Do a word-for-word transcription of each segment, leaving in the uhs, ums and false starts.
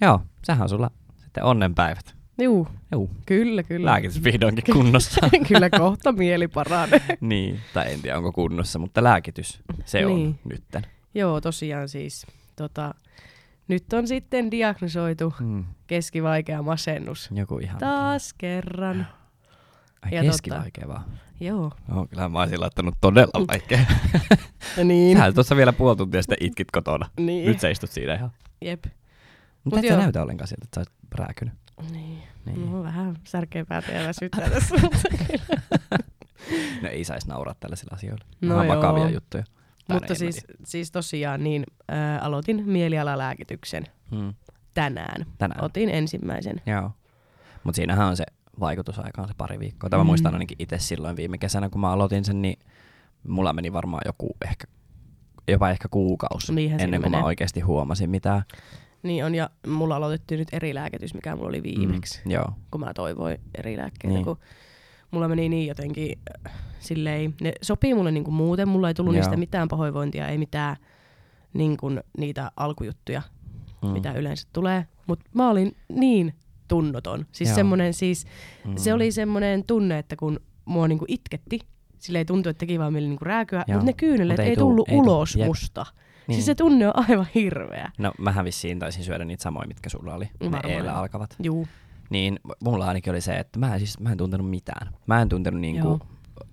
Joo, sehän on sulla sitten onnenpäivät. Juu, Juu. kyllä, kyllä. Lääkitys vihdoinkin kunnossa. Kyllä kohta mieli paranee. Niin, tai en tiedä onko kunnossa, mutta lääkitys, se Niin. on nytten. Joo, tosiaan siis. Tota, nyt on sitten diagnosoitu Hmm. keskivaikea masennus. Joku ihan... Taas kerran. Ai ja keskivaikea vaan. Joo. No, kyllä mä olisin laittanut todella vaikea. Ja niin. Sähän tuossa vielä puoli tuntia sitten itkit kotona. Niin. Nyt sä istut siinä ihan. Jep. Mutta et sä näytä ollenkaan sieltä, että sä oot rääkynyt. Niin. Niin. No, vähän särkeä päätä ja väsyttää tässä. Mutta No ei saisi nauraa tällaisilla asioilla. No Ihan joo. vakavia juttuja. Tai Mutta en mä siis, siis tosiaan niin ää, aloitin mielialalääkityksen Hmm. tänään. Tänään. Otin ensimmäisen. Joo. Mutta siinähän on se vaikutusaika on se pari viikkoa. Tai mä Mm. muistan ainakin itse silloin viime kesänä, kun mä aloitin sen, niin mulla meni varmaan joku ehkä, jopa ehkä kuukausi Niinhän siinä ennen kuin menee. mä oikeasti huomasin mitään. Niin on, ja mulla aloitettiin nyt eri lääkitys, mikä mulla oli viimeksi, Mm, joo. kun mä toivoin eri lääkkeitä. Niin. Kun mulla meni niin jotenkin, äh, silleen, ne sopii mulle niinku muuten, mulla ei tullut Joo. niistä mitään pahoinvointia, ei mitään niinku, niitä alkujuttuja, Mm. mitä yleensä tulee. Mutta mä olin niin tunnoton. Siis Joo. semmonen, siis, Mm. se oli semmoinen tunne, että kun mua niinku itketti, sille ei tuntu, että teki vaan mieli niinku rääkyä, Joo. mutta ne kyynelet Mut ei, ei tuu- tullut ei tuu- ulos jep. musta. Niin. Siis se tunne on aivan hirveä. No mähän vissiin taisin syödä niitä samoja, mitkä sulla oli. Ne Varmaan. eellä alkavat. Juu. Niin mulla ainakin oli se, että mä en, siis, mä en tuntenut mitään. Mä en tuntenut niinku Joo.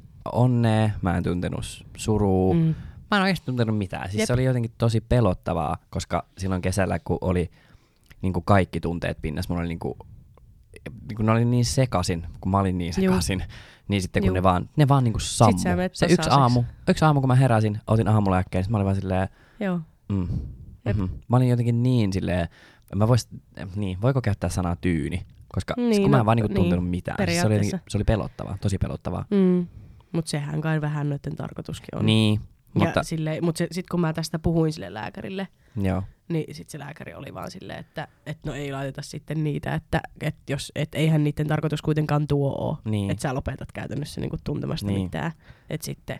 onnea, mä en tuntenut surua. Mm. Mä en oikeasti tuntenut mitään. Siis Jep. se oli jotenkin tosi pelottavaa, koska silloin kesällä, kun oli niinku kaikki tunteet pinnassa, mulla oli niinku, niinku ne oli niin sekasin, kun mä olin niin Juu. sekasin, niin sitten kun Juu. ne vaan, ne vaan niinku sammu. sä menet Se yksi tasaiseksi. aamu, yksi aamu, kun mä heräsin, otin aamulääkkeen, sit mä olin vaan silleen, Joo. mm, Jep. mm-hmm. Mä olin jotenkin niin silleen, mä vois, niin, voiko käyttää sanaa tyyni? Koska Niin, niin, kun mä en no, vaan niinku niin, tuntenut mitään. Siis se, oli jotenkin, periaatteessa. se oli pelottavaa, tosi pelottavaa. Mm. Mut sehän kai vähän noiden tarkoituskin on. Niin, Ja mutta silleen, mut se, sit kun mä tästä puhuin sille lääkärille, joo. niin sit se lääkäri oli vaan silleen, että et no ei laiteta sitten niitä, että et jos, et eihän niiden tarkoitus kuitenkaan tuo oo. Niin. Että sä lopetat käytännössä niinku tuntemasta Niin. mitään. Että sitten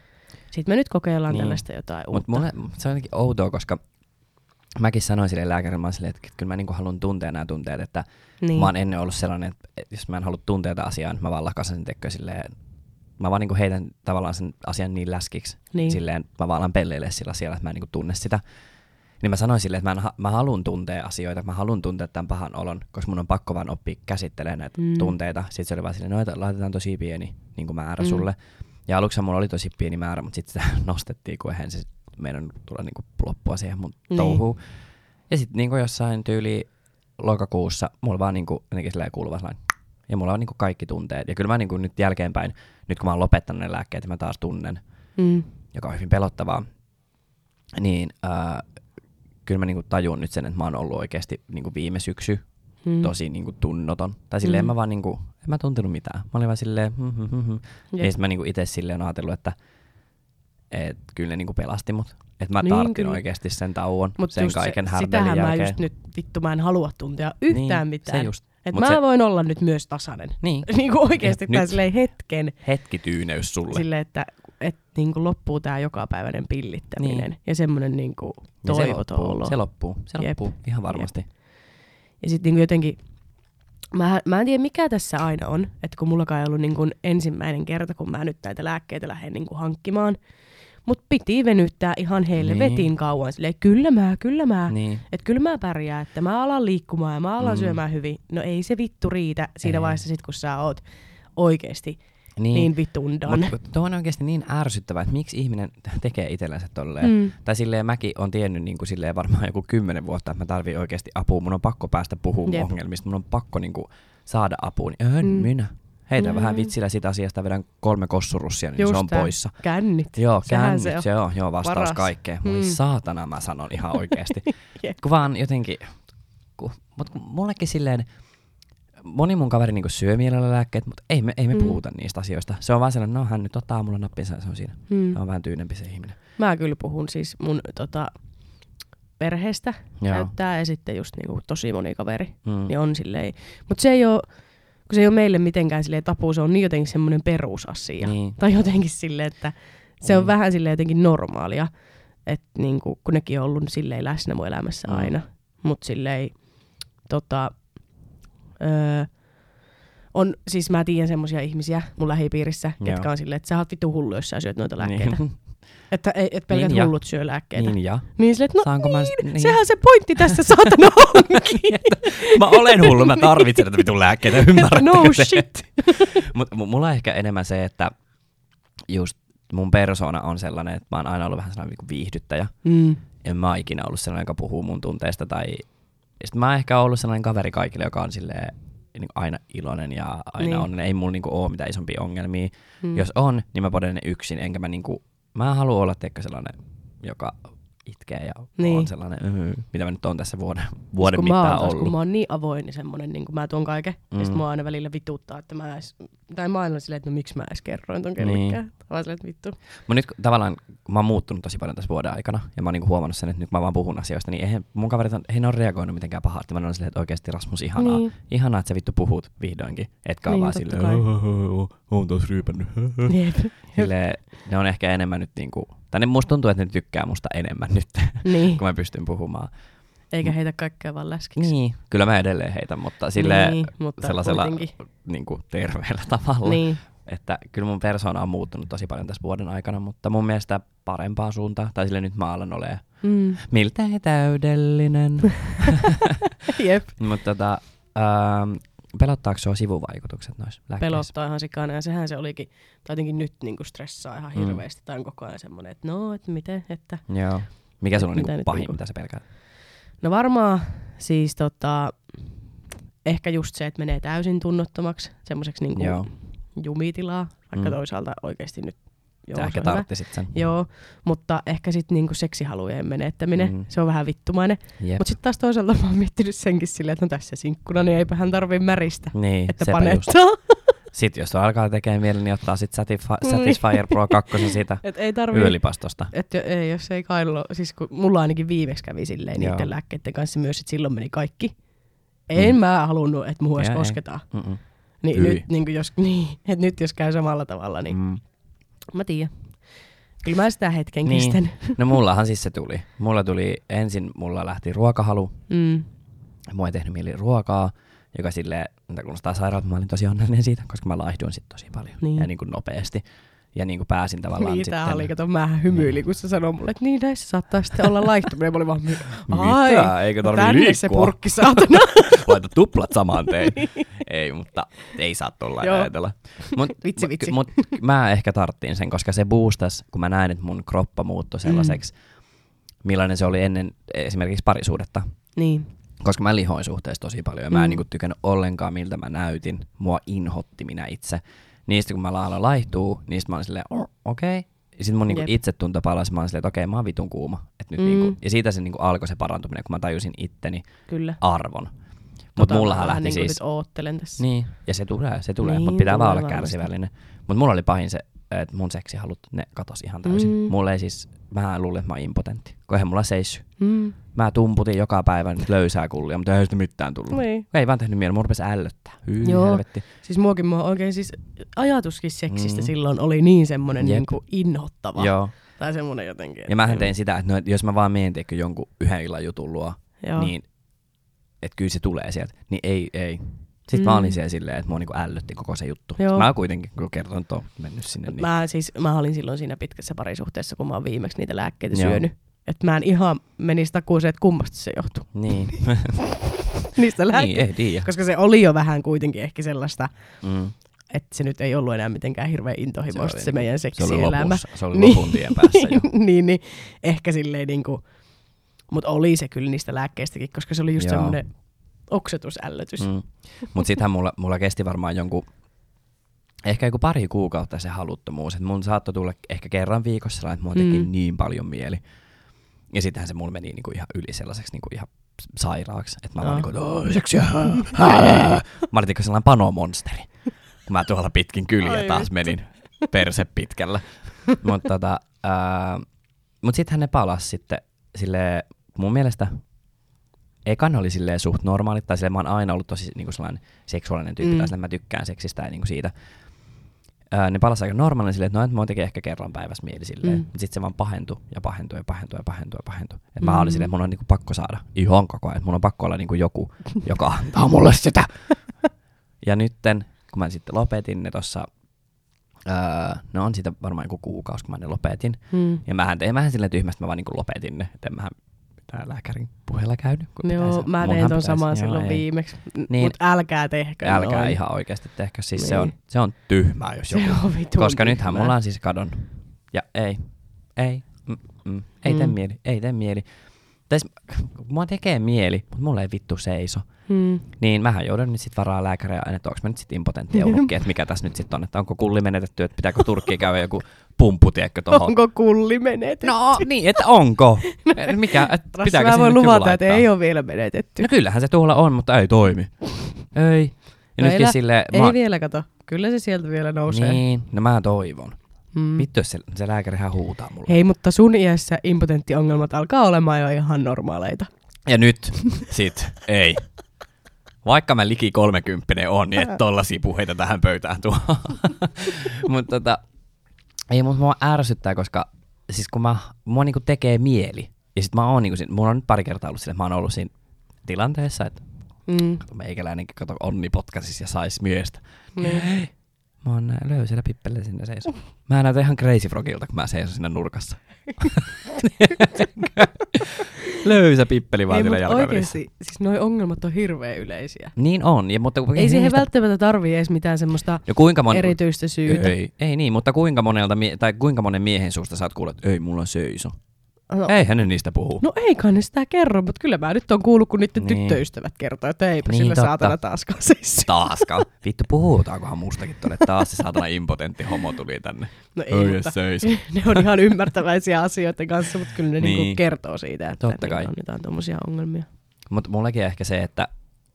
sit me nyt kokeillaan Niin. tällaista jotain Mutta uutta. mulle se on jotenkin outoa, koska mäkin sanoin sille lääkärille, mä silleen, että kyllä mä niinku haluan tuntea nämä tunteet, että niin. mä oon ennen ollut sellainen, että jos mä en halua tuntea tätä asiaa, niin mä vaan lakasen sen tekö silleen, mä vaan niinku heitän tavallaan sen asian niin läskiksi, Niin. silleen mä vaan alan pelleilee sillä asialla, että mä en niinku tunne sitä. Niin mä sanoin silleen, että mä, en, ha- mä haluan tuntea asioita, mä haluan tuntea tämän pahan olon, koska mun on pakko vaan oppia käsittelemään näitä Mm. mm. tunteita. Sitten se oli vaan silleen, no että laitetaan tosi pieni niin kuin määrä Mm. mm. sulle. Ja aluksi mulla oli tosi pieni määrä, mutta sitten sitä nostettiin, kun eihän se meidän tulla niin kuin loppua siihen mun Niin. touhuun. Ja sitten niin kuin jossain tyyli lokakuussa mulla vaan niin kuin jotenkin silleen kuuluva sellainen, ja mulla on niin kuin kaikki tunteet. Ja kyllä mä niin kuin nyt jälkeenpäin, nyt kun mä oon lopettanut ne lääkkeet, mä taas tunnen, Mm. joka on hyvin pelottavaa, niin äh, kyllä mä niinku tajun nyt sen, että mä oon ollut oikeasti niinku viime syksy Mm. tosi niinku tunnoton. Tai silleen Mm. mä vaan niinku, en mä tuntenut mitään. Mä olin vaan silleen, hm, hm, hm, hm. Ja sit mä niinku ite silleen ajatellut, että et kyllä ne niinku pelasti mut. Että mä Niin, tarttin kyllä. oikeasti sen tauon, Mut sen just kaiken se, härdelin sitähän jälkeen. mä just nyt, vittu mä en halua tuntea yhtään niin, mitään. Se just. Et Mut mä se, voin olla nyt myös tasainen. niin, Niinku oikeesti Nyt. tää silleen hetken. hetkityyneys sulle. Silleen, että et niinku loppuu tää jokapäiväinen pillittäminen. Niin. Ja semmonen niinku Ja se toivoton loppuu, olo. se loppuu, se Jep. loppuu, ihan varmasti. Ja sit niinku jotenkin, mä, mä en tiedä mikä tässä aina on, että kun mullakaan ei ollut niinku ensimmäinen kerta, kun mä nyt näitä lääkkeitä lähden niinku hankkimaan, mut piti venyttää ihan helvetin Niin. kauan. Silleen, kyllä mä, kyllä mä. Niin. Että kyllä mä pärjään, että mä alan liikkumaan ja mä alan Mm. syömään hyvin. No ei se vittu riitä siinä Ei. vaiheessa sit, kun sä oot oikeesti Niin. niin vittundan. Mutta tuo on oikeasti niin ärsyttävää, että miksi ihminen tekee itsellensä tolleen. Mm. Tai silleen mäkin on tiennyt niin kuin silleen varmaan joku kymmenen vuotta, että mä tarviin oikeasti apua. Mun on pakko päästä puhumaan Jep. ongelmista. Mun on pakko niin kuin saada apua. Niin en Mm. minä. Heitän Mm. vähän vitsillä sitä asiasta, vedän kolme kossurussia, niin Just se on tää. poissa. Kännit. Joo, Sehän kännit, se on se on, joo, vastaus paras. kaikkeen. Voi Mm. saatana, mä sanon ihan oikeasti. Jep. Kun vaan jotenkin, kun, mut kun mullekin silleen, moni mun kaveri niinku syö mielellä lääkkeet, mutta ei me, ei me Mm. puhuta niistä asioista. Se on vaan sellainen, no hän nyt ottaa aamulla nappinsa ja se on siinä. Mm. Se on vähän tyynempi se ihminen. Mä kyllä puhun siis mun tota, perheestä Joo. käyttää ja sitten just niinku tosi moni kaveri. Mm. Niin on silleen. Mut se ei oo, kun se ei oo meille mitenkään silleen tabu, se on niin jotenkin semmonen perusasia. Niin. Tai jotenkin silleen, että se on Mm. vähän silleen jotenkin normaalia. Että niinku, kun nekin on ollut silleen läsnä mun elämässä Mm. aina. Mut silleen, tota, öö, on, siis mä tiedän semmosia ihmisiä mun lähipiirissä, Joo. ketkä on silleen, että sä oot vittu hullu, jos sä syöt noita lääkkeitä. Niin. Että et pelkät Niin ja. hullut syö lääkkeitä. Niin ja. Niin silleen, että no Saanko mä niin, s- niin. sehän se pointti tässä saatana onkin. Mä olen hullu, mä tarvitsen näitä vitun lääkkeitä, ymmärrättekö No te? shit. Mutta mulla on ehkä enemmän se, että just mun persoona on sellainen, että mä oon aina ollut vähän sellainen niinku viihdyttäjä. Mm. En mä oon ikinä ollut sellainen, joka puhuu mun tunteista. Tai... Sitten mä oon ehkä ollut sellainen kaveri kaikille, joka on silleen, niin aina iloinen ja aina Niin. onnen. Ei mulla niinku ole mitään isompia ongelmia. Mm. Jos on, niin mä poden ne yksin. Enkä mä niinku, mä haluan olla teikö sellainen, joka itkee ja Niin. on sellainen, öö, mitä mä nyt oon tässä vuoden, vuoden kun mä mittaan oon taas, ollut. kun mä oon niin avoin, niin semmonen, niin kun mä tuon kaiken. Mm. Ja sit Mm. mua aina välillä vituttaa, että mä edes, tai mä aina silleen, että no miksi mä edes kerroin ton kellekään. Niin. Vaan silleen, että vittu. Mut nyt kun tavallaan, kun mä oon muuttunut tosi paljon tässä vuoden aikana, ja mä oon niinku huomannut sen, että nyt mä vaan puhun asioista, niin eihän mun kaverit on, ei ne ole reagoinut mitenkään pahasti. Mä oon silleen, että oikeesti Rasmus, ihanaa. Niin. Ihanaa, että sä vittu puhut vihdoinkin. Etkä Niin, niin, vaan totta silleen, kai. oon taas ryypännyt. Jep. Silleen, ne on ehkä enemmän nyt niinku, tai ne musta tuntuu, että ne tykkää musta enemmän nyt, Niin. kun mä pystyn puhumaan. Eikä heitä kaikkea vaan läskiksi. Niin, kyllä mä edelleen heitän, mutta silleen Niin, mutta sellaisella kuitenkin. niinku terveellä tavalla. Niin. Että kyllä mun persoona on muuttunut tosi paljon tässä vuoden aikana, mutta mun mielestä parempaa suuntaan. Tai sille nyt mä alan olemaan Mm. miltei täydellinen. Jep. Mutta tota, ähm, pelottaako sua sivuvaikutukset noissa lääkkeissä? Pelottaa ihan sikana ja sehän se olikin, tai jotenkin nyt niinku stressaa ihan Mm. hirveästi. Tai on koko ajan semmonen, että no, että miten, että. Joo. Mikä sulla on Mitä niinku nyt pahin, niinku? mitä sä pelkäät? No varmaan siis tota, ehkä just se, että menee täysin tunnottomaksi, semmoiseksi niinku Joo. jumitilaa, vaikka Mm. toisaalta oikeasti nyt joo, Sä se ehkä on hyvä. tarttisit sen. Joo, mutta ehkä sitten niinku seksihalujen menettäminen, Mm. mm. se on vähän vittumainen. Jep. Mutta sitten taas toisaalta mä oon miettinyt senkin silleen, että no tässä sinkkuna, niin eipä hän tarvii märistä, Niin, että sepä just. panettaa. Sitten jos sulla alkaa tekemään mieli, niin ottaa sit Satisfi- Niin. Satisfyer Pro kaksi siitä Et ei tarvii, yölipastosta. että ei, jos ei Kailo, siis kun mulla ainakin viimeksi kävi silleen Joo. niiden lääkkeiden kanssa myös, että silloin meni kaikki. En Mm. mä halunnut, että mua edes Jaa, ei. kosketaan. Mm-mm. Niin Hyi. nyt, niin jos, niin, että nyt jos käy samalla tavalla, niin Mm. mä tiedän. Kyllä mä sitä hetken Niin. kestän. No mullahan siis se tuli. Mulla tuli ensin, mulla lähti ruokahalu. Mm. Mua ei tehnyt mieli ruokaa, joka silleen, mitä kuulostaa sairaalta, mä olin tosi onnellinen siitä, koska mä laihduin sit tosi paljon. Niin. Ja niin kuin nopeasti. Ja niin kuin pääsin tavallaan Niin, sitten. tää oli, kato, mä hymyilin, kun sä sanoi mulle, että niin näissä saattaa sitten olla laihtuminen. Mä olin vaan, ai, Mitä? Eikö tarvii tänne liikkua? se purkki saatana. Laita tuplat samaan tein. Ei, mutta ei saa tuolla Joo. ajatella. Mut, Vitsi, vitsi. Mut, mä ehkä tarttiin sen, koska se boostas, kun mä näin, että mun kroppa muuttui sellaiseksi, mm. millainen se oli ennen esimerkiksi parisuudetta. Niin. Koska mä lihoin suhteessa tosi paljon ja Mm. mä en niinku tykännyt ollenkaan, miltä mä näytin. Mua inhotti minä itse. Niistä kun mä aloin laihtuu, niistä mä olin silleen, oh, okei. Okay. Ja sit mun niinku Jep. itsetunto palasi, mä olin silleen, että okei, okay, mä oon vitun kuuma. Et nyt Mm. niinku, ja siitä se niinku alkoi se parantuminen, kun mä tajusin itteni Kyllä. arvon. Mut Tota mullahan vähän lähti niin kuin siis... nyt oottelen tässä. Niin, ja se tulee, se tulee. Niin, Mut pitää vaan tulee olla varmasti. kärsivällinen. Mut mulla oli pahin se, että mun seksihalut, ne katosi ihan täysin. Mm. Mulla ei siis, mä luulin, että mä oon impotentti. Kun eihän mulla seissy. Mm. Mä tumputin joka päivä nyt löysää kullia, mutta ei sitä mitään tullut. Niin. Ei vaan tehnyt mieli, mun rupesi ällöttää. Hyi Joo. helvetti. Siis muakin mua oikein siis ajatuskin seksistä Mm. silloin oli niin semmonen Jep. niin kuin inhottava. Joo. Tai semmonen jotenkin. Ja mähän tein sitä, että no, jos mä vaan mietin että jonkun yhden illan jutun luo, Joo. niin että kyllä se tulee sieltä. Niin ei, ei. Sitten Mm. mä olin siellä silleen, että mua niinku ällötti koko se juttu. Joo. Mä oon kuitenkin, kun kerton, että oon mennyt sinne. Niin. Mä, siis, mä olin silloin siinä pitkässä parisuhteessa, kun mä oon viimeksi niitä lääkkeitä Joo. syönyt. Että mä en ihan menisi takuuseen, että kummasta se johtuu. Niin. Niistä niin, lääkkeistä. ei tiedä. Koska se oli jo vähän kuitenkin ehkä sellaista, Mm. että se nyt ei ollut enää mitenkään hirveän intohimoista se, Se oli- meidän Se oli, seksielämä. lopussa, se oli Niin. lopun tien päässä jo. niin, niin, ehkä silleen niinku, mutta oli se kyllä niistä lääkkeistäkin, koska se oli just Joo. semmoinen oksetusällötys. Mm. Mutta sittenhän mulla, mulla kesti varmaan jonkun, ehkä joku pari kuukautta se haluttomuus. Että mun saattoi tulla ehkä kerran viikossa sellainen, että mua teki Mm. niin paljon mieli. Ja sittenhän se mulla meni niinku ihan yli sellaiseksi niinku ihan sairaaksi. Että mä Joo. vaan niinku, "Oi, seksiä." Mä olin niinku sellainen panomonsteri. Kun mä tuolla pitkin kyliä Ai taas vittu. menin perse pitkällä. Mutta tota, ää, mut sittenhän ne palas sitten silleen, mun mielestä ekan oli silleen suht normaalit, tai silleen mä oon aina ollut tosi niinku sellainen seksuaalinen tyyppi, Mm. tai silleen mä tykkään seksistä ja niinku siitä. ää, ne palasi aika normaalinen silleen, että no, että mä tekee ehkä kerran päivässä mieli silleen. Mm. Sitten se vaan pahentui ja pahentui ja pahentui ja pahentui ja pahentui. Et Mm. mä olin silleen, että mun on niinku pakko saada ihan koko ajan. Että mun on pakko olla niinku joku, joka antaa mulle sitä. Ja nytten, kun mä sitten lopetin ne tossa, ää, no on siitä varmaan joku kuukausi, kun mä ne lopetin. Mm. Ja mähän tein vähän silleen tyhmästä, mä vaan niinku lopetin ne. Että en mähän mitään lääkärin puheella käynyt. Joo, mä tein ton samaa silloin ei. viimeksi. Niin. Mut älkää tehkö Älkää noin. ihan oikeasti tehkö. Siis Niin. se, on, se on tyhmää, jos Se joku. on vitun Koska nythän tyhmää. mulla on siis kadon. Ja ei, ei, mm, mm, ei Mm. tee mieli, ei tee mieli. Tais, mua tekee mieli, mutta mulla ei vittu seiso. Mm. Niin mähän joudun nyt sit varaa lääkäriä aina, että onko mä nyt sit impotentti eulukki, että mikä tässä nyt sit on, että onko kulli menetetty, että pitääkö Turkkiin käydä joku pumppu, tiedätkö, tohon. Onko kulli menetetty? No niin, että onko? Mikä, että Tässä pitääkö mä sinne voin nyt joku luvata, että laittaa? ei ole vielä menetetty. No kyllähän se tuolla on, mutta ei toimi. Ei. Ja No nytkin elä- silleen, Ei mä, vielä kato. Kyllä se sieltä vielä nousee. niin, no mä toivon. Mm. Vittu, jos se, se lääkärihän huutaa mulle. Hei, mutta sun iässä impotenttiongelmat alkaa olemaan jo ihan normaaleita. Ja nyt sit ei. Vaikka mä liki kolmekymppinen on, niin et tollasia puheita tähän pöytään tuo. Mutta tota, ei, mut mua ärsyttää, koska siis kun mä, mua niinku tekee mieli. Ja sit mä oon niinku, siinä- mulla on nyt pari kertaa ollut sille, että mä oon ollut siinä tilanteessa, että Mm. kato meikäläinenkin kato onni potkasis ja sais miestä. Niin. Mä oon löysellä pippellä sinne seison. Mä näytän ihan Crazy Frogilta, kun mä seison siinä nurkassa. Löysä pippeli vaan Ei, siellä mutta jalkavälissä. oikeesti, siis noi ongelmat on hirveän yleisiä. Niin on. Ja, mutta, Ei siihen niistä- välttämättä tarvii edes mitään semmoista ja kuinka mon... erityistä syytä. Ei, ei niin, mutta kuinka monelta mie- tai kuinka monen miehen suusta saat kuulla, että ei, mulla on seiso. No, Eihän ne niistä puhu. no ei kai ne sitä kerro, mutta kyllä mä nyt on kuullut, kun niiden Niin. tyttöystävät kertoo, että eipä Niin, sillä totta. saatana taaskaan siis. Taaskaan. Vittu, puhutaankohan mustakin tuonne, että taas se saatana impotentti homo tuli tänne. No ei, Oi, mutta seiso. ne on ihan ymmärtäväisiä asioiden kanssa, mutta kyllä ne Niin. niinku kertoo siitä, että Totta kai. niillä on jotain tommosia ongelmia. Mutta mullakin ehkä se, että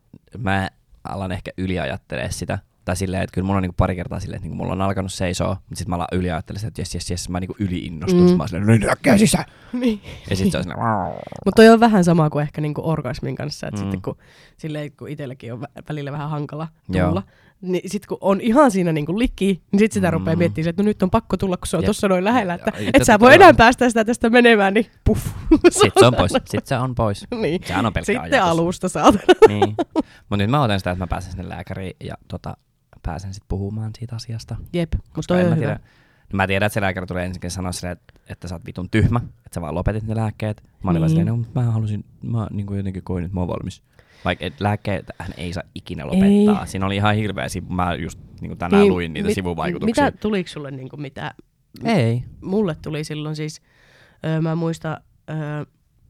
mä alan ehkä yliajattelee sitä. Tai silleen, että kyllä mulla on niinku pari kertaa silleen, että niinku mulla on alkanut seisoa, mutta sitten mä alan yliajattelemaan sitä, että jes, jes, jes, mä niinku yliinnostun. Mm. Mm. Mä oon silleen, no niin, äkkiä sisään. Niin. Ja sitten se on silleen, Mutta toi on vähän sama kuin ehkä niinku orgasmin kanssa, että Mm. sitten kun, silleen, kun itselläkin on vä- välillä vähän hankala Joo. tulla, niin sitten kun on ihan siinä niinku liki, niin sitten sitä Mm. rupeaa miettimään, että no nyt on pakko tulla, kun se on Jep. tuossa noin lähellä, että Ja- ja et sä tätä voi toivon. enää päästä sitä tästä menemään, niin puff. sitten se on pois. Sitten se on pois. Niin. Sehän on pelkkä Sitten ajatus. alusta saatana. Niin. Mutta nyt mä otan sitä, että mä pääsen sinne lääkäriin ja tota, pääsen sitten puhumaan siitä asiasta. Jep, mutta Koska toi en on mä hyvä. tiedä. No mä tiedän, että se lääkäri tulee ensinnäkin sanoa silleen, että, että sä oot vitun tyhmä, että sä vaan lopetit ne lääkkeet. Mä olin vaan Niin. silleen, no mä halusin, mä niin jotenkin koin, että mä oon valmis. Vaikka et lääkkeet hän ei saa ikinä lopettaa. Ei. Siinä oli ihan hirveä sivu. Mä just niin kuin tänään Niin, luin niitä mit- sivuvaikutuksia. Mitä, tuliko sulle niinku mitä? Ei. Mulle tuli silloin siis, öö, mä muistan, öö,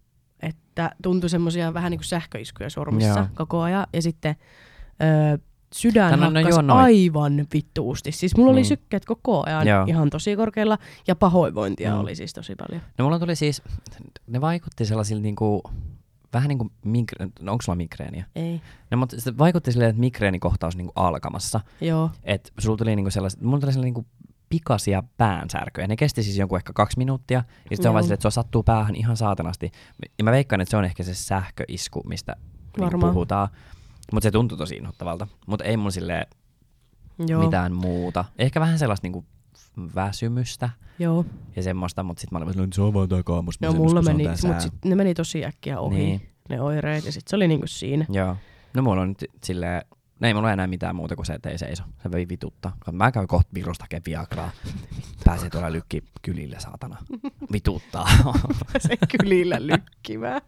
että tuntui semmosia vähän niinku sähköiskuja sormissa Joo. koko ajan. Ja sitten öö, sydän No, no, no hakkas joo, noin. aivan vittuusti. Siis mulla oli Niin. sykkeet koko ajan Joo. ihan tosi korkealla ja pahoinvointia Mm. oli siis tosi paljon. No mulla tuli siis, ne vaikutti sellaisilla niinku, vähän niinku, migre- no onko sulla migreeniä? Ei. No mutta se vaikutti silleen, että migreenikohtaus niinku alkamassa. Joo. Että sulla tuli niinku sellaiset, mulla tuli sellainen niinku pikaisia päänsärköjä. Ne kesti siis jonkun ehkä kaksi minuuttia. Ja sitten se on Joo. vaan silleen, että se sattuu päähän ihan saatanasti. Ja mä veikkaan, että se on ehkä se sähköisku, mistä niinku Varmaan. puhutaan. Mutta se tuntui tosi inhottavalta. Mutta ei mulla silleen Joo. mitään muuta. Ehkä vähän sellaista niinku väsymystä Joo. ja semmoista, mutta sitten mä olin vaan silleen, että se on vaan tää kaamus. Joo, mulla meni, mut sit ne meni tosi äkkiä ohi, Niin. ne oireet, ja sit se oli niinku siinä. Joo. No mulla on nyt silleen, no ei mulla ole enää mitään muuta kuin se, että ei seiso. Se vei vituttaa. Mä käyn kohta Virosta hakemaan Viagraa. Pääsee tuolla lykki kylille, saatana. Vituttaa. Se kylillä lykkivää.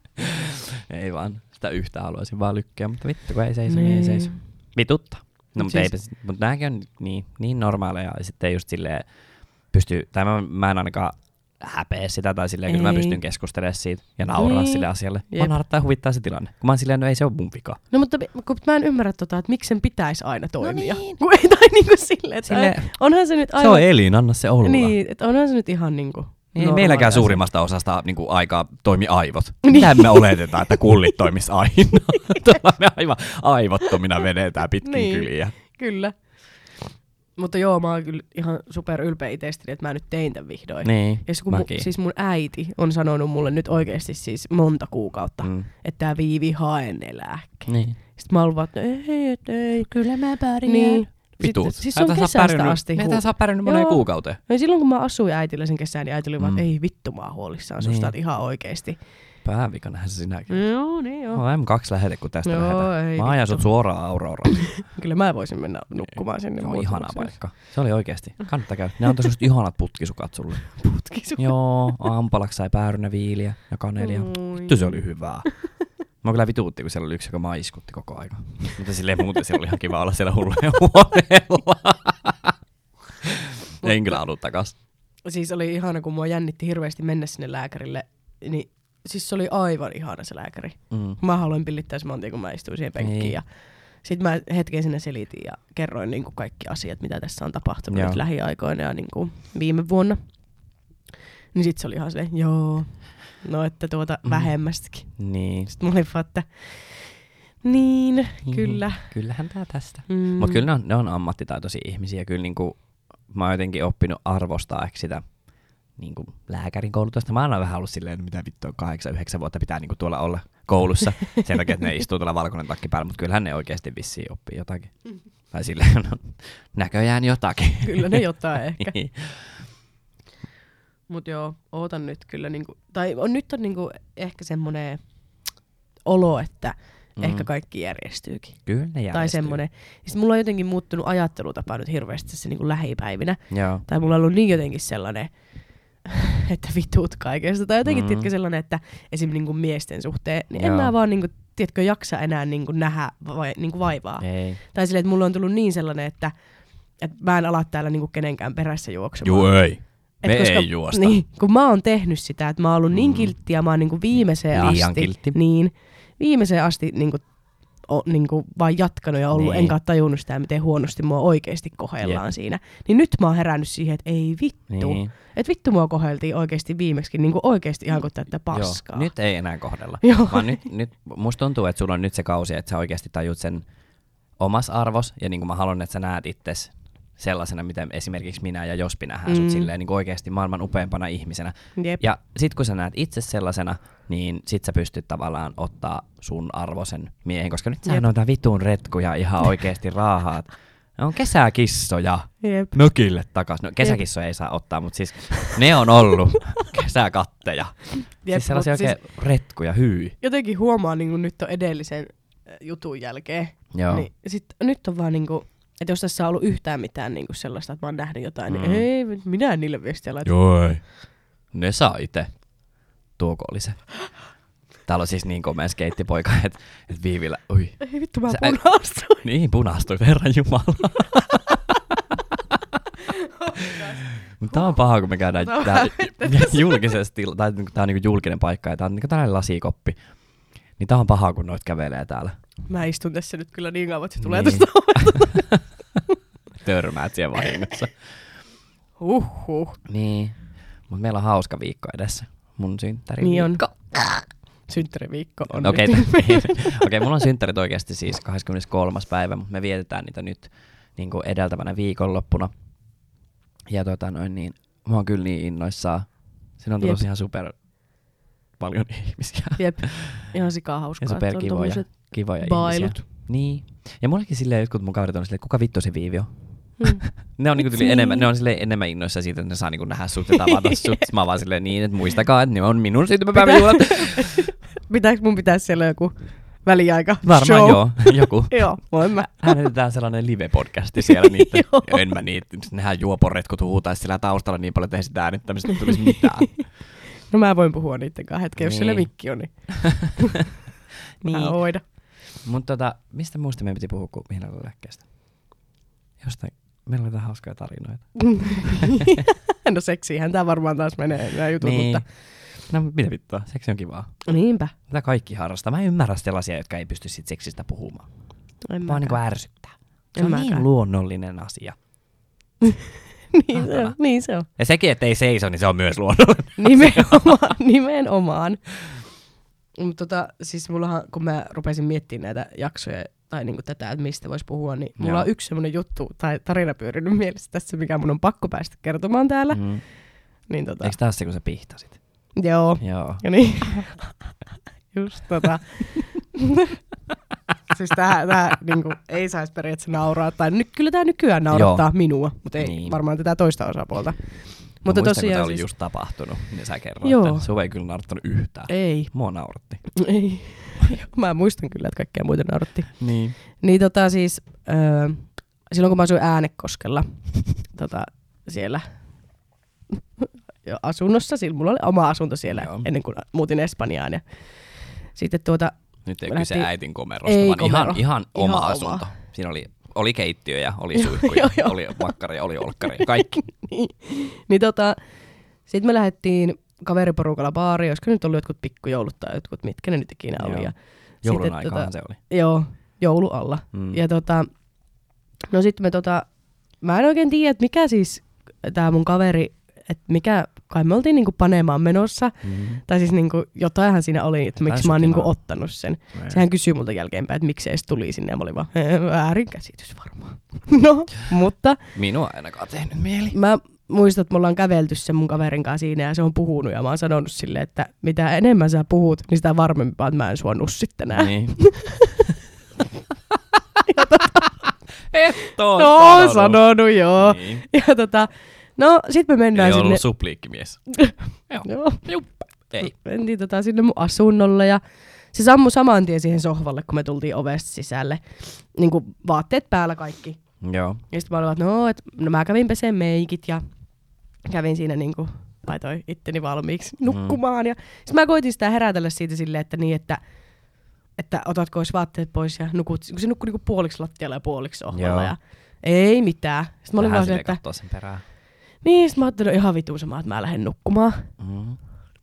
Ei vaan. Sitä yhtä haluaisin vaan lykkiä, mutta vittu kun ei seiso, niin, niin ei seiso. Vituttaa. No mutta Siis- siis... mut nääkin on niin, niin normaaleja ja sitten just silleen pystyy, tai mä, mä en ainakaan häpeä sitä, tai silleen, kyllä mä Ei. pystyn keskustelemaan siitä ja nauraa Niin. sille asialle. Jep. Mä naurattaa ja huvittaa se tilanne. Kun mä oon silleen, no ei se ole mun vika. No mutta kun mä en ymmärrä tota, että miksi sen pitäisi aina toimia. niin. Kun ei tai niinku silleen, että Silleen- ai, onhan se nyt Se aivan... on elin, anna se olla. Niin, että onhan se nyt ihan niinku... Niin, ei normaali meilläkään asia. suurimmasta osasta niin kuin, aikaa toimi aivot. Niin. Mitä me oletetaan, että kullit toimis aina? Tuolla me aivan aivottomina vedetään pitkin Niin. kyliä. Kyllä. Mutta joo, mä oon kyllä ihan super ylpeä itsestäni, että mä nyt tein tämän vihdoin. Niin, Ja kun mu, mäkin. siis mun äiti on sanonut mulle nyt oikeasti siis monta kuukautta, mm. Mm. että tää Viivi hae ne lääkkeet. Niin. Sitten mä oon vaan, että ei, et ei. Kyllä mä pärjään. Niin. Vituut. Siis se on kesästä asti. Me ei saa pärjännyt moneen kuukauteen. No silloin kun mä asuin äitillä sen kesän, niin äiti oli vaan, Mm. ei vittu mä oon huolissaan susta, Niin. ihan oikeesti. Päävikanähän se sinäkin. Joo, niin joo. No, M kaksi lähete, kun tästä Joo, lähdetään. ei Mä ajan vittu. sut suoraan Auroraan. Kyllä mä voisin mennä nukkumaan sinne. Se on muutamaksi ihana yöksi. paikka. Se oli oikeesti. Kannattaa käydä. Ne antoi susta ihanat putkisukat sulle. Putkisukat. Joo, ampalaksi sai päärynäviiliä ja kanelia. Vittu se oli hyvää. Mä kyllä vituutti, kun siellä oli yksi, joka maiskutti koko ajan. Mutta silleen muuten siellä oli ihan kiva olla siellä hulluja huoneella. En kyllä adu takas. Siis oli ihana, kun mua jännitti hirveästi mennä sinne lääkärille. Niin, siis se oli aivan ihana se lääkäri. Mm. Mä haluin pillittää saman tien, kun mä istuin siihen penkkiin. Niin. Ja sitten mä hetken sinne selitin ja kerroin niin kuin kaikki asiat, mitä tässä on tapahtunut Joo. nyt lähiaikoina ja niin kuin viime vuonna. Niin sit se oli ihan silleen, joo, no että tuota Mm. vähemmästäkin. Niin. Sitten mä olin vaan, että niin, Niin. kyllä. Kyllähän tää tästä. Mm. Mutta kyllä ne on, ne on ammattitaitoisia ihmisiä. Kyllä niinku, mä oon jotenkin oppinut arvostaa ehkä sitä niinku lääkärin koulutusta. Mä oon aina vähän ollut silleen, että mitä vittua kahdeksan, yhdeksän vuotta pitää niinku tuolla olla koulussa. Sen takia, että ne istuu tuolla valkoinen takki päällä. Mutta kyllähän ne oikeasti vissiin oppii jotakin. Tai silleen, no, näköjään jotakin. Kyllä ne jotain ehkä. Niin. Mut joo, ootan nyt kyllä niinku, tai on, nyt on niinku ehkä semmonen olo, että Mm. ehkä kaikki järjestyykin. Kyllä ne järjestyy. Tai semmonen. Sitten mulla on jotenkin muuttunut ajattelutapa nyt hirveästi tässä niinku lähipäivinä. Joo. Tai mulla on ollut niin jotenkin sellainen, että vitut kaikesta. Tai jotenkin, Mm. mm. tiedätkö, sellainen, että esim. Niinku miesten suhteen, niin en Joo. mä vaan niinku, tiedätkö, jaksa enää niinku nähdä vai, niinku vaivaa. Ei. Tai silleen, että mulla on tullut niin sellainen, että, että mä en ala täällä niinku kenenkään perässä juoksemaan. Juu, ei. Et Me koska, ei juosta. Niin, kun mä oon tehnyt sitä, että mä oon ollut niin Mm. kiltti ja mä oon niinku viimeiseen Liian asti, kiltti. niin, viimeiseen asti niinku, o, niinku vaan jatkanut ja ollut, Niin. enkä oo tajunnut sitä, miten huonosti mua oikeasti kohdellaan Jep. siinä. Niin nyt mä oon herännyt siihen, että ei vittu. Niin. Että vittu mua kohdeltiin oikeasti viimeksi, niinku oikeasti ihan kuin tätä paskaa. Joo, nyt ei enää kohdella. Joo. Vaan nyt, nyt, musta tuntuu, että sulla on nyt se kausi, että sä oikeasti tajut sen omas arvos, ja niin kuin mä haluan, että sä näet itses sellaisena, miten esimerkiksi minä ja Jospi nähdään mm. Mm. sut silleen niin kuin oikeasti maailman upeimpana ihmisenä. Jep. Ja sit kun sä näet itse sellaisena, niin sit sä pystyt tavallaan ottaa sun arvosen miehen, koska nyt sä Jep. noita vitun retkuja ihan oikeasti raahaat. Ne on kesäkissoja. Jep. Mökille takas. No kesäkissoja ei saa ottaa, mutta siis ne on ollut kesäkatteja. Jep, Siis sellaisia mut oikein retkuja, hyi. jotenkin huomaa niinku nyt on edellisen äh, jutun jälkeen. Joo. Niin sit nyt on vaan niinku, että jos tässä on ollut yhtään mitään niinku sellaista, että mä oon nähnyt jotain, Mm. niin ei minä niille viestiä laita. Joo ei. Ne saa ite. Tuoko oli se. Täällä on siis niin komea skeittipoika, että et Viivillä, ui. Ei vittu, mä Sä- punastuin. Niin punastui, herran jumala. Mutta tää on paha, kun me käydään Tää on tää, hävettävästi. julkisesti, tai tää on niinku julkinen paikka, ja tää on niinku tällainen lasikoppi. Niin tää on paha, kun noit kävelee täällä. Mä istun tässä nyt kyllä niin kauan, että se tulee Niin. tästä. Törmäät siihen vahingossa. Huhhuh. Niin. Mut meillä on hauska viikko edessä. Mun synttäri. Niin on. Synttäriviikko on Okei, nyt. okay, okay, mulla on synttärit oikeasti siis kahdeskymmeneskolmas päivä, mutta me vietetään niitä nyt niin kuin edeltävänä viikonloppuna. Ja tota noin niin, mä oon kyllä niin innoissaan. Siinä on tullut Jep. ihan super paljon ihmisiä. Jep, ihan sikaa Ja hauskaa. super että on kivoja, tommoset kivoja bailut. ihmisiä. Niin. Ja mullekin silleen jotkut mun kaverit on silleen, kuka vittu se Viivi on? Mm. Ne on, niinku tyli Vitsi. enemmän, ne on silleen enemmän innoissaan siitä, että ne saa niinku nähdä sut ja tavata sut. Mä oon vaan silleen niin, että muistakaa, että ne on minun syntymäpäivän juhlat. Pitääkö mun pitää siellä joku väliaika Varmaan show? joo, joku. Joo, voin mä. Äänitetään sellainen live-podcasti siellä niitä. Joo. En mä niitä, nehän juoporetkut huutaisi siellä taustalla niin paljon, että ei sitä äänittämistä tulisi mitään. No mä voin puhua niitten kanssa hetken, jos Niin. siellä mikki on, niin Niin. mä hoida. Mutta tota, mistä muusta meidän piti puhua kuin mielialalääkkeestä? Jostain, meillä oli jotain hauskoja tarinoita. No seksihän tää varmaan taas menee nämä jutut, Niin. mutta No mitä vittua, seksi on kivaa. niinpä. Mitä kaikki harrastaa. Mä en ymmärrä sellaisia, jotka ei pysty sit seksistä puhumaan. En Vaan niinku mäkään. ärsyttää. Se En on mäkään. niin luonnollinen asia. Niin se on, niin se on. Ja sekin, että ei seiso, niin se on myös luonnollinen. Nimenomaan, nimenomaan. Mutta tota, siis mullahan, kun mä rupesin miettimään näitä jaksoja tai niinku tätä, että mistä voisi puhua, niin mulla Joo. on yksi semmoinen juttu tai tarina pyörinyt mielessä tässä, mikä mun on pakko päästä kertomaan täällä. Mm. Mm. Niin tota, Eikö taas se, kun sä pihtasit? joo. Joo. Ja niin, just tota. Siis tää, tää niinku, ei saisi periaatteessa nauraa. Tai ny, kyllä tää nykyään naurattaa Joo. minua, mutta ei niin. varmaan tätä toista osapuolta. Mutta muistan, tosiaan kun oli siis just tapahtunut, niin sä kerroit, Joo. että Suve ei kyllä naurattanut yhtään. Ei. Mua nauratti. Ei. Mä muistan kyllä, että kaikkea muita nauratti. Niin. Niin tota siis, öö, silloin kun mä asuin Äänekoskella, tota, siellä jo asunnossa, sillä mulla oli oma asunto siellä Joo. ennen kuin muutin Espanjaan. Ja sitten tuota... Nyt ei kyse äitin komerosta, ei vaan komero. ihan, ihan oma ihan asunto. Oma. Siinä oli, oli keittiö ja oli suihkuja, oli vakkari ja oli olkkari ja kaikki. niin, niin tota, sitten me lähdettiin kaveriporukalla baariin, olisiko nyt ollut jotkut pikkujoulut tai jotkut, mitkä ne nyt ikinä oli. Ja joulun sitten, aikahan tota, se oli. Joo, joulu alla. Mm. Ja tota, no sitten me tota, mä en oikein tiedä, että mikä siis tää mun kaveri, että mikä, kai me oltiin niinku panemaan menossa, mm-hmm. tai siis niinku jotainhan siinä oli, että miksi mä oon niinku ottanut sen. No, sehän kysyi multa jälkeenpäin, että miksi se edes tuli sinne, ja mä olin vaan, väärinkäsitys varmaan. no, mutta... Minua ainakaan tehnyt mieli. Mä muistan, että me ollaan kävelty sen mun kaverin kanssa siinä, ja se on puhunut, ja mä oon sanonut silleen, että mitä enemmän sä puhut, niin sitä varmempaa, että mä en sua nussit tänään. Niin. ja tota... Et oo no, sanonut. sanonut, joo. Niin. Ja tota... No, sit me mennään ei sinne... Ei ollut supliikkimies. Joo. Joo. Juppa. Ei. Mentiin tota sinne mun asunnolle ja se sammui saman tien siihen sohvalle, kun me tultiin ovesta sisälle. Niinku vaatteet päällä kaikki. Joo. Ja sit mä olin, että no, et, no mä kävin peseen meikit ja kävin siinä niinku, laitoin itteni valmiiksi nukkumaan. Mm. Ja sit mä koitin sitä herätellä siitä silleen, että niin, että, että otatko ois vaatteet pois ja nukut. Kun se nukkui niinku puoliksi lattialla ja puoliksi sohvalla. Ja ei mitään. Sitten mä olin vaan silleen, että... sen perään. Niin, sit mä ajattelin ihan vituun samaa, että mä lähden nukkumaan. Mm.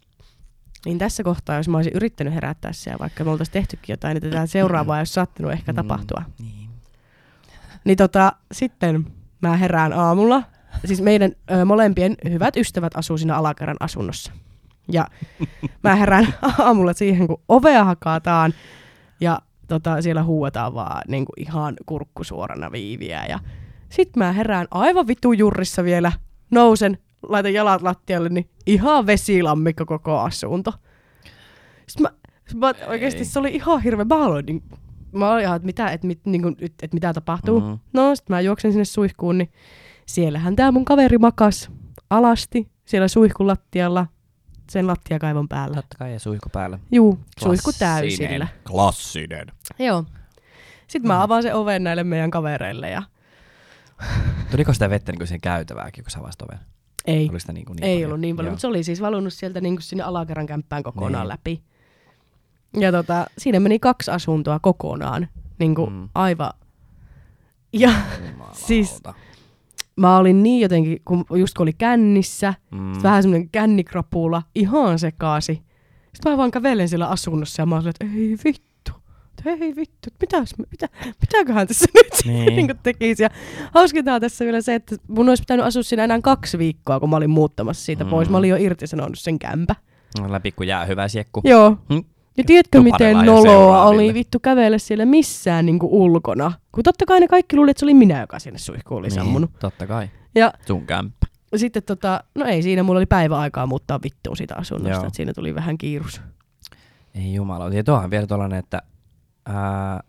Niin tässä kohtaa, jos mä olisin yrittänyt herättää siellä, vaikka me oltaisiin tehtykin jotain, niin tätä seuraavaa ei olisi sattunut ehkä mm. tapahtua. Niin. Niin tota, sitten mä herään aamulla. Siis meidän ö, molempien hyvät ystävät asuu siinä alakerran asunnossa. Ja mä herään aamulla siihen, kun ovea hakataan ja tota, siellä huuetaan vaan niin kuin ihan kurkkusuorana viiviä. Ja sit mä herään aivan vitujurrissa vielä. Nousen, laitan jalat lattialle, niin ihan vesilammikko koko asunto. Sitten mä, mä oikeesti se oli ihan hirveä. Mä aloin, niin, mä olin ihan, että mitä, et, mit, niin kuin, et, mitä tapahtuu. Mm-hmm. No sit mä juoksen sinne suihkuun, niin siellähän tää mun kaveri makas alasti siellä suihkun lattialla, sen lattiakaivon päällä. Totta kai ja suihku päällä. Juu, suihku täysillä. Klassinen. Joo. Sitten mä avaan sen oven näille meidän kavereille ja... Tuliko sitä vettä niin kuin siihen käytävääkin, kun sä avasit oven? Ei. Oliko sitä niin kuin niin ei paljon? ollut niin paljon, Joo. mutta se oli siis valunut sieltä niin kuin sinne alakerran kämppään kokonaan niin. läpi. Ja tota, siinä meni kaksi asuntoa kokonaan. Niin kuin mm. aivan... Ja siis mä olin niin jotenkin, kun, just kun oli kännissä, mm. vähän semmoinen kännikrapula, ihan sekaasi. Sitten mä vaan kävelen siellä asunnossa ja mä olin, että ei vittu. Hei vittu, mitäs, mitä, mitäköhän tässä nyt niin. niin tekisi. Ja hauskintaa tässä vielä se, että mun olisi pitänyt asua siinä enää kaksi viikkoa, kun mä olin muuttamassa siitä mm. pois. Mä olin jo irtisanonut sen kämpä. No, pikku jäähyvä siekku. Joo. Hm? Ja tiedätkö, miten noloa oli vittu kävellä siellä missään niin kuin ulkona? Kun totta kai ne kaikki luuli, että se oli minä, joka sinne suihkuun oli niin, sammunut. Totta kai. Ja sun kämppä. Sitten tota, no ei siinä, mulla oli päiväaikaa muuttaa vittuun siitä asunnosta, että siinä tuli vähän kiirus. Ei jumala. Ja tuohan vielä tuollainen, että Ää,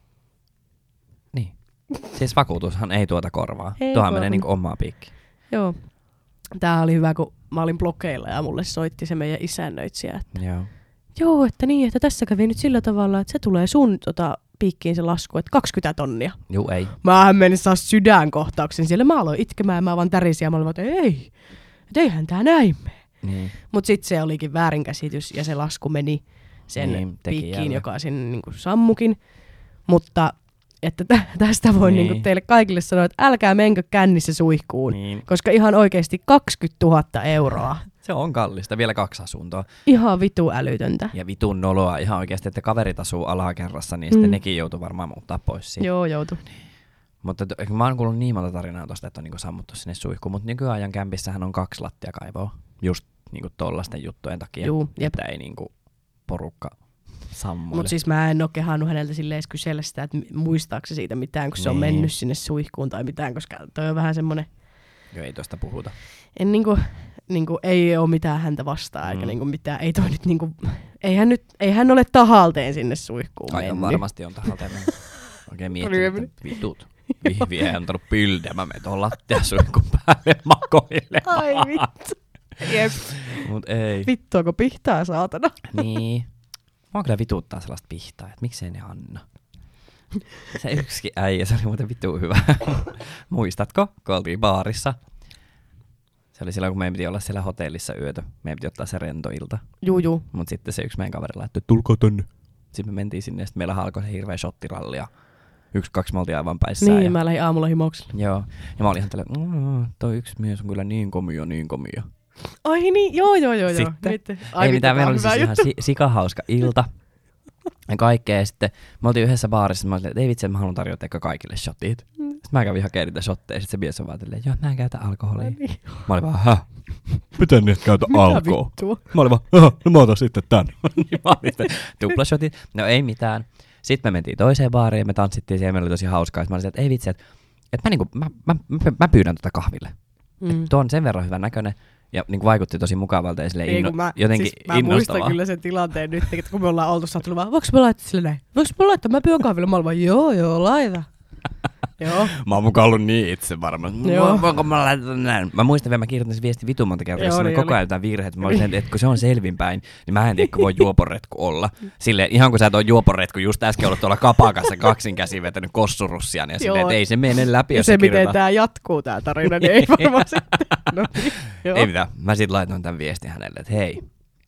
niin. Siis vakuutushan ei tuota korvaa. Ei Tuohan menee niinku omaa piikkiin. Joo. Tää oli hyvä, kun mä olin blokeilla ja mulle soitti se meidän isännöitsijä. Että Joo. Joo, että niin, että tässä kävi nyt sillä tavalla, että se tulee sun tota, piikkiin se lasku, että kaksikymmentä tonnia. Juu, ei. Mähän menin saa sydänkohtauksen siellä. Mä aloin itkemään, mä vaan tärisin ja mä olin, että ei, että eihän tää näin mene. Niin. Mut sit se olikin väärinkäsitys ja se lasku meni sen niin, piikkiin, jälleen. Joka sinne niin kuin sammukin. Mutta että t- tästä voin niin. Niin teille kaikille sanoa, että älkää menkö kännissä suihkuun, niin. Koska ihan oikeasti kaksikymmentätuhatta euroa. Se on kallista, vielä kaksi asuntoa. Ihan vitu älytöntä. Ja vitun noloa ihan oikeasti, että kaverit asuu alakerrassa, niin mm. sitten nekin joutuu varmaan muuttaa pois siitä. Joo, joutuu. Mutta t- mä oon kuullut niin monta tarinaa tosta, että on niinku sammuttu sinne suihkuun, mutta nykyajan kämpissähän on kaksi lattiakaivoa, just niinku tollasten juttujen takia, Juu, että ei niinku porukka sammuille. Mutta siis mä en ole kehannut häneltä silleen edes kysellä sitä, että muistaako se siitä mitään, kun se niin. on mennyt sinne suihkuun tai mitään, koska toi on vähän semmonen... Joo, ei tosta puhuta. En niinku, niinku, ei ole mitään häntä vastaan, mm. eikä niinku mitään, ei toi nyt niinku, ei hän nyt, ei hän ole tahalteen sinne suihkuun Aivan mennyt. varmasti on tahalteen mennyt. Oikein miettinyt, että vitut. Vihvi ei antanut pyldeä, mä menen tuohon lattiasuihkun päälle makoilemaan. Ai vittu. Jep. Mut ei. Vittuako pihtaa, saatana? Niin. Mä oon kyllä vituttaa sellaista pihtaa, että miksei ne anna. Se yksikin äijä, se oli muuten vittu hyvä. Muistatko, kun oltiin baarissa? Se oli silloin, kun meidän piti olla siellä hotellissa yötä. Meidän piti ottaa se rento ilta. Juu, juu. Mut sitten se yksi meidän kaveri laittoi, tulkaa tonne. Sitten me mentiin sinne ja sitten meillä alkoi se hirveä shottiralli ja yksi, kaksi me oltiin aivan päissään. Niin, ja... mä lähdin aamulla himoukselle. Joo. Ja mä olin ihan tälleen, mmm, toi yksi mies on kyllä niin komio, niin komio. Ai niin, joo, joo, joo. Sitten. Sitten. Ai, ei mitään, meillä oli siis juttu. ihan si- sikahauska ilta. Ja kaikkea. Ja sitten me oltiin yhdessä baarissa, mä olin, että ei vitsi, mä haluan tarjota ehkä kaikille shotit. Mm. Sitten mä kävin hakemaan niitä shotteja, sitten se mies on vaan silleen, joo, mä en käytä alkoholia. Niin. Mä olin vaan, häh? Miten niitä käytä alkoa? Mä olin vaan, aha, no mä otan sitten tän. Niin mä olin sitten, tuplashotit. No ei mitään. Sitten me mentiin toiseen baariin ja me tanssittiin siellä, meillä oli tosi hauskaa. Sitten mä olin, että ei vitsi, että, että mä, niinku, mä, mä, mä, mä pyydän tota kahville. Mm. Tuo on sen verran hyvän näköinen. Ja niin vaikutti tosi mukavalta ja silleen inno, mä, jotenkin siis mä muistan kyllä sen tilanteen nyt, että kun me ollaan oltu saattu vaan, voinko mä laittaa sille näin? Voinko mä laittaa? Mä pyyn kahville. Mä olin vaan, joo, joo, laita. Joo. Mä oon mukaan ollut niin itse varma. Joo. Voinko mä laittaa näin? Mä muistan vielä, mä kirjoitin sen viesti vitun monta kertaa, jossa oli koko ajan jotain virheitä. Mä olisin, että kun se on selvinpäin, niin mä en tiedä, kun voi juoporetku olla. Silleen, ihan kun sä et ole juoporetku, just äsken ollut tuolla kapakassa kaksin käsin vetänyt kossurussia, niin silleen, että ei se mene läpi, ja jos se, se miten tää jatkuu tää tarina, niin ei varmaan sitten. No, niin, ei mitään. Mä sit laitoin tämän viestin hänelle, että hei,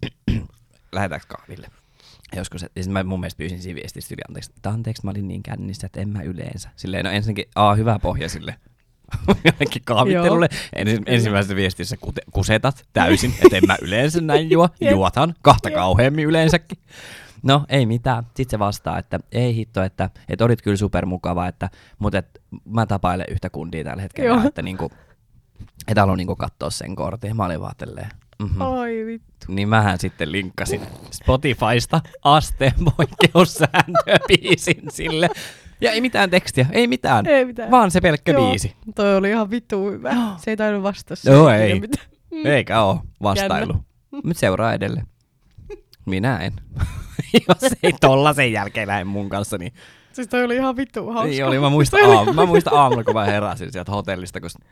lähdetäänkö kahville? Joskus, ja sitten mä mun mielestä pyysin siinä viestissä yli anteeksi, että anteeksi mä olin niin kännissä, että en mä yleensä. Silleen, no ensinnäkin, aa, hyvä pohja sille jollekin kahvittelulle. Ensi, ensimmäisessä viestissä kute, kusetat täysin, että en mä yleensä näin juo, juotan kahta kauheammin yleensäkin. No ei mitään. Sitten se vastaa, että ei hitto, että, että olit kyllä supermukava, että, mutta et, mä tapailen yhtä kundia tällä hetkellä, joo. että niinku, et haluan niinku katsoa sen kortin. Mä olin vaan tälleen. Mm-hmm. Ai vittu. Niin mähän sitten linkkasin Spotifysta asteen poikkeussääntö biisin sille. Ja ei mitään tekstiä, ei mitään, ei mitään. Vaan se pelkkä joo, biisi. Toi oli ihan vittu hyvä. Se ei tainnut vastata. Joo, ei. Mm. Eikä oo vastailu. Nyt seuraa edelleen. Minä en. Jos ei tollasen jälkeen lähde mun kanssa, niin... Siis toi oli ihan vittu hauska. Niin oli, mä muistan, aamu, mä muistan aamulla, kun mä heräsin sieltä hotellista, kun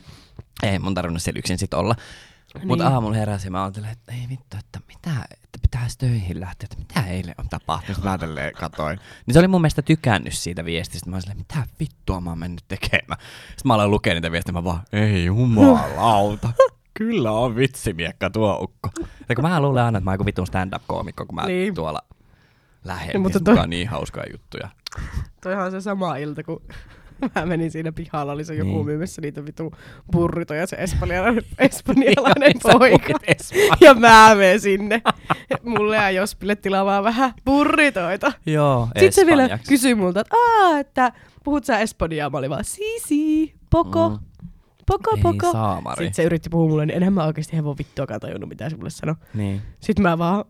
ei mun tarvinnut siellä yksin sit olla. Niin. Mutta aamulla heräsin, mä ajattelin, että ei vittu, että mitä, että pitäisi töihin lähteä, että mitä eilen on tapahtunut. Mä tälleen katoin. Niin se oli mun mielestä tykännyt siitä viestistä. Mä olin silleen, mitä vittua mä oon mennyt tekemään. Sitten mä aloin lukea niitä viestejä, mä vaan, ei jumalauta. Kyllä on vitsimiekka tuo ukko. Ja kun mä luulen aina, että mä oon joku vitun stand-up-koomikko, kun mä niin. tuolla lähden. Niin, mutta toi... on niin hauskaa juttuja. Toihan on se sama ilta, kun mä menin siinä pihalla, oli se joku niin. myymässä niitä vitu burritoja, se espanjalainen, espanjalainen poika. Ja mä menen sinne. Mulle ja Jospille tilaamaan vähän burritoita. Joo, sitten se vielä kysyi multa, että aah, että puhut sä espanjaa? Mä olin vaan, si, poko. Mm. Poko, poko. Saamari. Sitten se yritti puhua mulle, niin enhän mä oikeasti hevon vittuakaan tajunnut, mitä se mulle sanoi. Niin. Sitten mä vaan,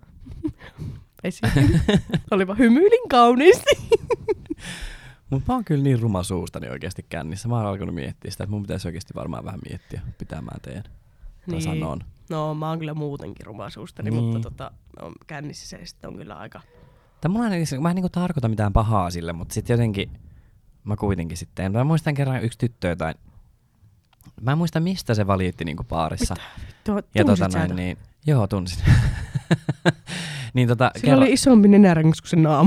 oli vaan hymyilin kauniisti. Mut mä oon kyllä niin ruma suustani oikeesti kännissä. Mä oon alkanut miettiä sitä, että mun pitäisi oikeesti varmaan vähän miettiä, mitä mä teen. Tai niin. sanon. No mä oon kyllä muutenkin ruma suustani, niin. mutta tota, no, kännissä se sitten on kyllä aika... Tai mulla on, mä en niinku tarkoita mitään pahaa sille, mutta sitten jotenkin mä kuitenkin sitten. Mä muistan kerran yksi tyttö jotain. Mä en muista mistä se valitti niinku baarissa. Mitä? Ja tota noin, niin, joo, tunsin. niin tota, sillä kerran... oli isompi nenärengas kuin se naama.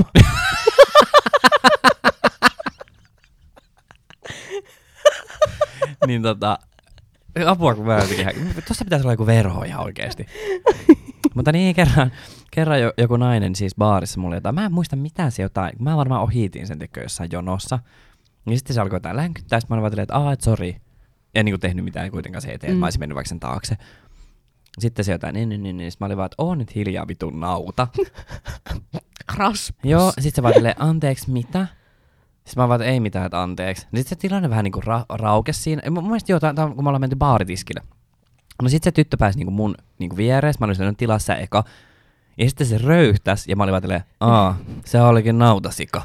niin tota, apua kun mä jotenkin, tossa pitäisi olla joku verho ihan oikeesti. Mutta niin kerran, kerran joku nainen siis baarissa mulle jotain, mä en muista mitä se jotain, mä varmaan ohitin sen tekö jossain jonossa. Ja sitten se alkoi jotain länkyttää, sitten mä olin että aah, et sori. En niinku tehnyt mitään kuitenkaan se eteen, mm. mä olisin mennyt vaikka sen taakse. Sitten se jotain, niin, niin, niin, niin. Sitten mä olin vaan, että oon nyt hiljaa vitun nauta. Rasmus. Joo, sit se vaan silleen, anteeksi, mitä? Sitten mä vaan, että ei mitään, että anteeksi. Sitten se tilanne vähän niinku ra- raukesi siinä. Mun mielestä joo, tämän, kun me ollaan menty baaritiskille. No sit se tyttö pääsi niinku mun niinku viereessä, mä olin silleen, tilassa eka. Ja sitten se röyhtäs, ja mä olin vaan silleen, aa, se olikin nautasika.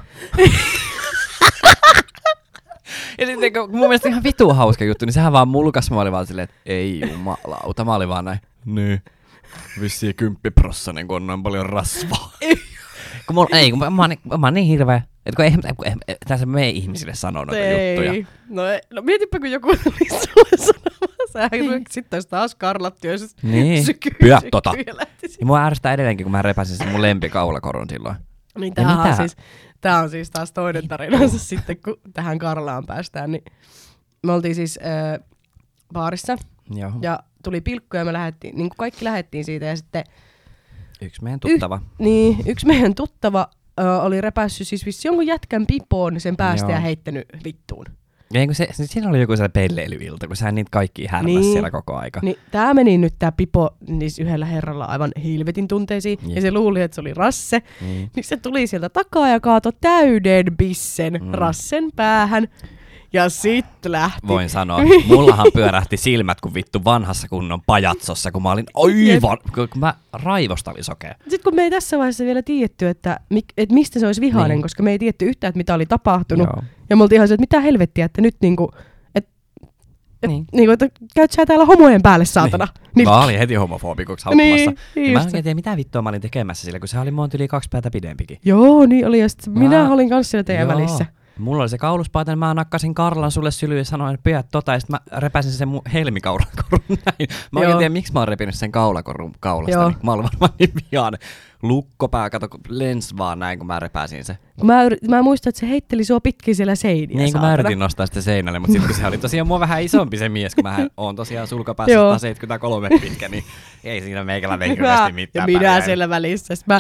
Ja sitten kun mun mielestä ihan vitu hauska juttu, niin sehän vaan mulkas, mä olin vaan silleen, että ei jumalauta, mä olin vaan näin, niin, vissiin kymppiprossanen, kun on noin paljon rasvaa. kun mulla, ei, kun mä, mä, oon, mä oon niin hirveä Et kun ei, kun ei tässä me ei ihmisille sano noita ei. juttuja. No, ei. No mietipä, kun joku olisi sulle sanomassa. Niin. Sitten olisi taas Karlat työssä. Niin, syky, pyö syky, tota. Ja mua ärsyttää edelleenkin, kun mä repäsin sen mun lempikaulakorun silloin. Niin tää on, siis, tää on siis taas toinen tarinansa sitten, kun tähän Karlaan päästään. Niin me oltiin siis äh, baarissa. Joo. Ja tuli pilkku ja me lähdettiin, niin kuin kaikki lähdettiin siitä ja sitten... Yksi meidän tuttava. Y- niin, yksi meidän tuttava ö, oli repässyt siis vissi jonkun jätkän pipoon sen päästä Joo. ja heittänyt vittuun. Ja kun se, siinä oli joku sellainen pelleilyilta, kun sä niitä kaikki härläs niin. siellä koko aika. Niin tää meni nyt tää pipo niin yhdellä herralla aivan hilvetin tunteisiin. Jep. Ja se luuli, että se oli Rasse. Niin. Niin se tuli sieltä takaa ja kaato täyden bissen mm. Rassen päähän. Ja sit lähti. Voin sanoa, mullahan pyörähti silmät kuin vittu vanhassa kunnon pajatsossa, kun mä olin aivan, kun mä raivosta oli sokea. Sitten kun me ei tässä vaiheessa vielä tiedetty, että, että mistä se olisi vihainen, niin. koska me ei tiedetty yhtään, että mitä oli tapahtunut. Joo. Ja me oltiin ihan se, että mitä helvettiä, että nyt niinku, et, et, niin. niinku, että käyt sä täällä homojen päälle, saatana. Niin. Niin. Mä olin heti homofobikoksi haukkumassa. Niin, mä en oikein tiedä, mitä vittua mä olin tekemässä sillä, kun se oli monta yli kaksi päätä pidempikin. Joo, niin oli. Ja sit mä... minä olin kanssa siellä teidän Joo. välissä. Mulla oli se kauluspaita, niin mä nakkasin Karlan sulle sylyyn ja sanoin, että pidät tota, ja sit mä repäsin sen mun helmikaulakorun näin. Mä oikein tiedä, miksi mä oon repinyt sen kaulakorun kaulasta, niin mä olin varmaan niin vihainen. Lukkopää, kato, lens vaan näin, kun mä repäsin se. Mä, yrit, mä muistan, että se heitteli sua pitkin siellä seiniä. Niin, kun saatana. mä yritin nostaa sitä seinälle, mutta sitten kun se oli tosiaan mua vähän isompi se mies, kun mä oon tosiaan sulkapäässä sata seitsemänkymmentäkolme pitkä, niin ei siinä meikällä hirveästi mitään. Ja minä siellä välissä. Sitten mä,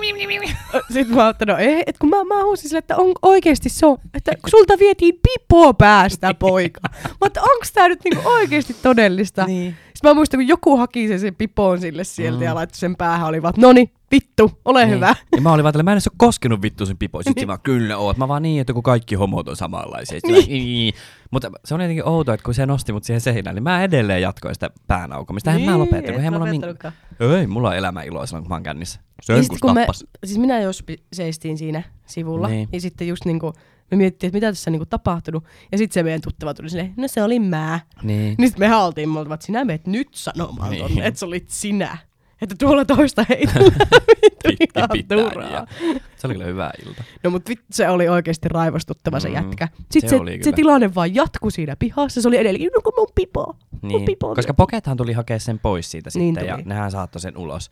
sitten mä oon, no ei, että kun mä, mä huusin sille, että on oikeesti se on, että sulta vietiin pipo päästä, poika. Mutta onks tää nyt niinku oikeesti todellista? Niin. Sitten mä muistan, kun joku haki sen, sen pipoon sille sieltä mm. ja laittoi sen päähän, oli vaan, noni, vittu, ole niin. hyvä. Ja mä olin vaan tällä, mä en edes ole koskenut vittu sen pipoon. Sitten niin. mä kyllä oot. Mä vaan niin, että kun kaikki homot on samanlaisia. Niin. Mutta se on jotenkin outoa, että kun se nosti mut siihen seinään, niin mä edelleen jatkoin sitä päänaukomista. Eihän niin, mä lopettanut. Ei, mulla min... ei, mulla on elämä iloa silloin, kun mä oon kännissä. Sen kun tappas. Me, siis minä jos seistiin siinä sivulla. Niin. Ja sitten just niinku... Me mietittiin, että mitä tässä on niinku tapahtunut. Ja sitten se meidän tuttava tuli silleen, no se oli mä. Niin. Niin sitten me oltiin, me oltiin, että sinä meet nyt sanomaan niin. tonne, että se olit sinä. Että tuolla toista heitellä ihan turhaa. Se oli kyllä hyvä ilta. No mut vit, se oli oikeasti raivostuttava mm. se jätkä. Sitten se, se, se tilanne vaan jatkui siinä pihassa. Se oli edelleenkin, no kun mun pipo. Niin. Mun pipo koska Pokethan tuli hakea sen pois siitä niin sitten tuli. Ja nehän saattoi sen ulos.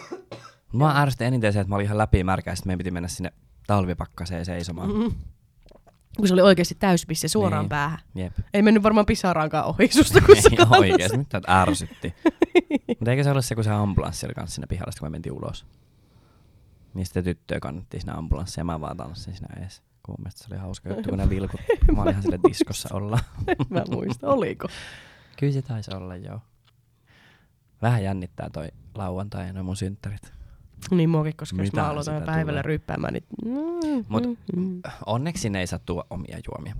Mä ärsytin eniten se, että mä olin ihan läpimärkä ja sitten meidän piti mennä sinne talvipakkaseen seisomaan. Mm-hmm. Kun se oli oikeasti täyspisse suoraan niin. päähän. Jep. Ei mennyt varmaan pisaraankaan ohi susta, kun se kannassa. Oikeesti, nyt täältä ärsytti. Mutta eikä se ole se, kun se ambulanssi oli kanssa siinä pihalla, kun me mentiin ulos. Niin sitten tyttöä kannattiin siinä ambulanssia ja mä vaan tanssin siinä ees. Kun mun mielestä se oli hauska juttu, kun ne vilkut. Mä olin ihan sille diskossa olla. Mä muistan, oliko? Kyllä se taisi olla, joo. Vähän jännittää toi lauantai ja noin mun synttärit. Niin muakin, koska mitä jos mä aloitan päivällä tulee ryyppäämään, niin... Mm, Mut mm. onneksi ne ei saa tuoda omia juomia.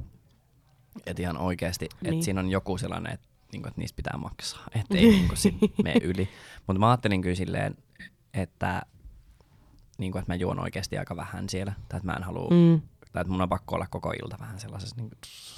Et ihan oikeesti, niin. että siinä on joku sellainen, että niinku, et niistä pitää maksaa. Että ei niinku mene yli. Mutta mä ajattelin kyllä silleen, että niinku, et mä juon oikeesti aika vähän siellä. Tai että mä en halua... Mm. Tai että mun on pakko olla koko ilta vähän sellaisessa niinku...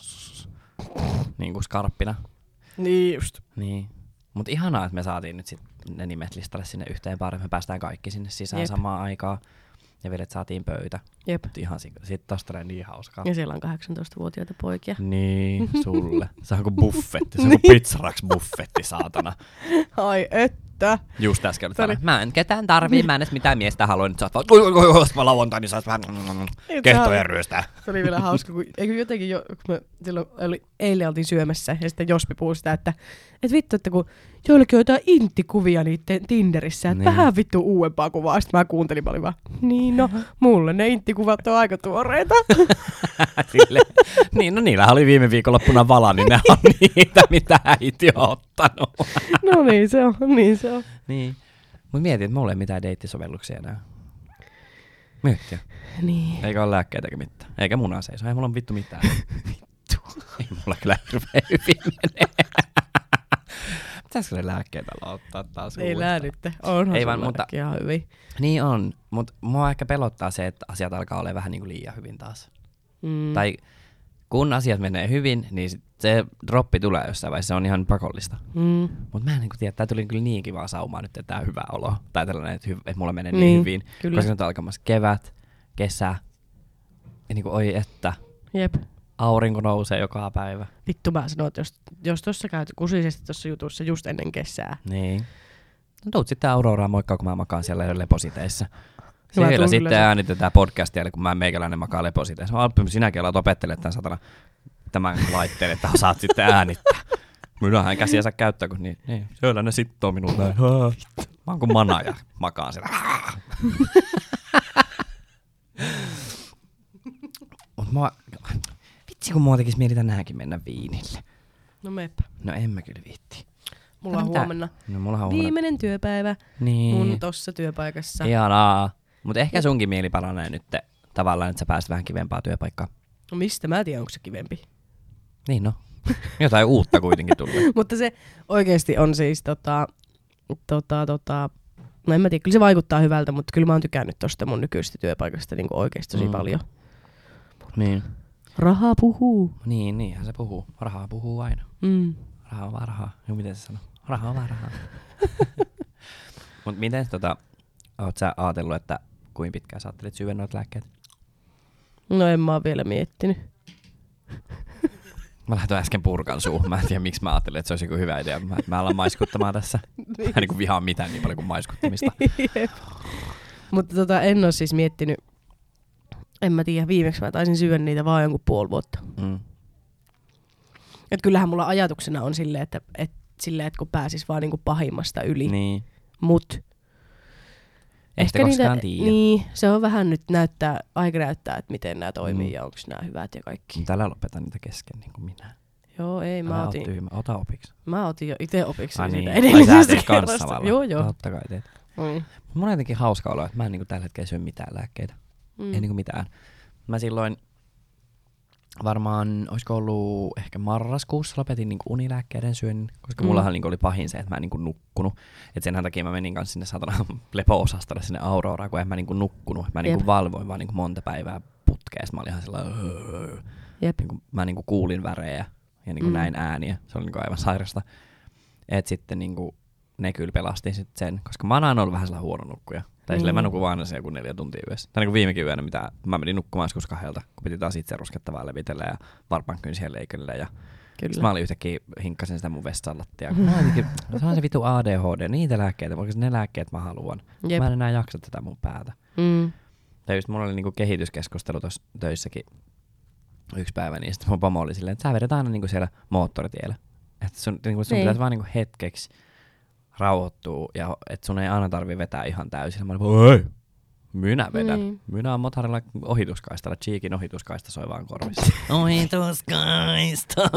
niinku skarppina. Niin just. Niin. Mut ihanaa, että me saatiin nyt sit ne nimet listalle sinne yhteen baariin. Me päästään kaikki sinne sisään Jep. samaan aikaan. Ja vielä, että saatiin pöytä. Jep. Mut ihan sit tosta tulee niin hauskaa. Ja siellä on kahdeksantoistavuotiaita poikia. Niin, sulle. Se on kuin buffetti. Se on kuin pizzaraks buffetti, saatana. Ai että. Just äsken oli mä en ketään tarvii, mä en edes mitään miestä halua. Nyt sä oot vaan, oi oi oi, jos mä lauantai, niin sais vähän kehtoja ryöstää. Se oli vielä hauska, kun eikö jotenkin jo, kun me silloin oli, eilen oltiin syömässä ja sitten Jospi puhui sitä, että et vittu, että kun joillekin on jotain inttikuvia niiden Tinderissä, että niin. vähän vittu uudempaa kuvaa. Sitten mä kuuntelin, mä olin vaan, niin no, mulle ne inttikuvat on aika tuoreita. Sille, niin no niillähän oli viime viikonloppuna vala, niin ne on niitä, mitä äiti on ottanut. No niin se on, niin se on. Niin. Mut mietin, että mulla ei mitään deittisovelluksia enää. Miettiä. Niin. Eikä ole lääkkeitäkään mitään. Eikä munaa seiso. Ei mulla on vittu mitään. Vittu. Ei mulla kyllä hirveän hyvin menee. Pitäisikö ne lääkkeitä ottaa taas ei läädytte. Onhan ei vaan, mutta ihan hyvin. Niin on. Mutta mua ehkä pelottaa se, että asiat alkaa olla vähän niin kuin liian hyvin taas. Mm. Tai kun asiat menee hyvin, niin sit se droppi tulee jossain vaiheessa. Se on ihan pakollista. Mm. Mutta mä en niin tiedä, tää tuli kyllä niin kivaa saumaa nyt, että tää hyvä olo. Tai tällainen, että, hy- että mulla menee niin, niin hyvin. Kyllä. Koska nyt on alkamassa kevät, kesä, niinku oi että, Jep. aurinko nousee joka päivä. Vittu mä sanon, että jos, jos tossa käyt kusisesti tossa jutussa just ennen kesää. Niin. No tuut sitten Auroraan moikkaa, kun mä makaan siellä jo lepositeissa. Mä Siellä tuun sitten kyllä äänitetään podcastia, eli kun mä meikäläinen makaa lepositeissa. Mä oon sinäkin alat opettelemaan tämän satana tämän laitteen, että saat sitten äänittää. Minähän käsiänsä käyttää, kun niin, niin siellä ne sittoo minun näin. Mä oon kuin mana ja makaan siellä. Mut mua, vitsi kun mua tekis mieli tänäänkin mennä viinille. No meppä. No en mä kyllä viitti. Mulla on mitä? huomenna No mulla on huomenna. viimeinen työpäivä Niin. mun tossa työpaikassa. Ihanaa. Mut ehkä sunkin mieli paranee nyt tavallaan, että sä pääset vähän kivempaa työpaikkaa. No mistä mä tiedän, onko se kivempi. Niin no. Jotain uutta kuitenkin tulee. Mutta se oikeesti on siis tota, tota, tota, no en mä tiedä, kyllä se vaikuttaa hyvältä, mutta kyllä mä oon tykännyt tosta mun nykyisestä työpaikasta niin oikeesti tosi Mm. paljon. Niin. Rahaa puhuu. Niin, niinhän se puhuu. Rahaa puhuu aina. Mm. Rahaa on vaan rahaa. No miten se sanoo? Rahaa on vaan rahaa. Mut miten tota, oot sä ajatellut, että kuinka pitkään sä ajattelit syödä noita lääkkeet? No en mä oon vielä miettinyt. Mä lähdin äsken purkan suuhun. Mä en tiedä, miksi mä ajattelin, että se olisi joku hyvä idea. Mä, mä alan maiskuttamaan tässä. Mä en niin vihaa mitään niin paljon kuin maiskuttamista. Mutta tota, en oo siis miettinyt, en mä tiedä, viimeksi mä taisin syödä niitä vaan jonkun puoli vuotta. Mm. Et kyllähän mulla ajatuksena on silleen, että, et, silleen, että kun pääsis vaan niinku pahimmasta yli. Niin. Mut Ei sitä koskaan niitä, tiedä. niin, se on vähän nyt näyttää, aika näyttää, että miten nämä toimii Mm. ja onko nämä hyvät ja kaikki. Mutta älä lopeta niitä kesken niin kuin minä. Joo, ei, mä Älä otin, oo tyhmä. Ota opiksi. mä otin jo itse opiksi Ai siitä niin. Ai sä edellisestä teet kanssa kerrasta. tavallaan. Joo, joo. Totta kai teet. Mm. Mulla on jotenkin hauska olo, että mä en niin kuin tällä hetkellä syö mitään lääkkeitä. Mm. Ei niinku mitään. Mä silloin varmaan, olisiko ollut ehkä marraskuussa lopetin niinku unilääkkeiden syönnin, koska Mm. mullahan niinku oli pahin se, että mä en niinku nukkunut. Et sen takia mä menin kanssa sinne satana lepo-osastolle sinne Auroraan, kun en mä niinku nukkunut. Mä niinku Jep. valvoin vaan niinku monta päivää putkeen. Mä olin ihan sellainen, öö. Jep. Niinku, mä niinku kuulin värejä ja niinku Mm. näin ääniä. Se oli niinku aivan sairasta. Et sitten niinku ne kyllä pelasti sit sen, koska mä oon aina ollut vähän sellainen huono nukkuja. Tai Mm. silleen mä nukun aina se joku neljä tuntia yössä. Tai niinku viimekin yönä, mitä mä menin nukkumaan joskus kahdelta, kun piti taas itse ruskettavaa levitellä ja varpankynsiä leikellä. Ja Kyllä. sit mä olin yhtäkkiä hinkkasin sitä mun vessalattia. Mä jotenkin, se on se vitu A D H D, niitä lääkkeitä, vaikka ne lääkkeet mä haluan. Jep. Mä en enää jaksa tätä mun päätä. Mm. Tai just mulla oli niinku kehityskeskustelu tuossa töissäkin yksi päivä, niin sitten mun pomo oli silleen, että sä vedät aina niinku siellä moottoritiellä. Että sun, niinku, sun Niin. pitäisi vaan niinku hetkeksi rauhoittua ja että sun ei aina tarvii vetää ihan täysin. Mä olin, ei, minä vedän. Niin. Minä oon motorilla ohituskaistalla. Cheekin ohituskaista soi vaan korvissa. Ohituskaista.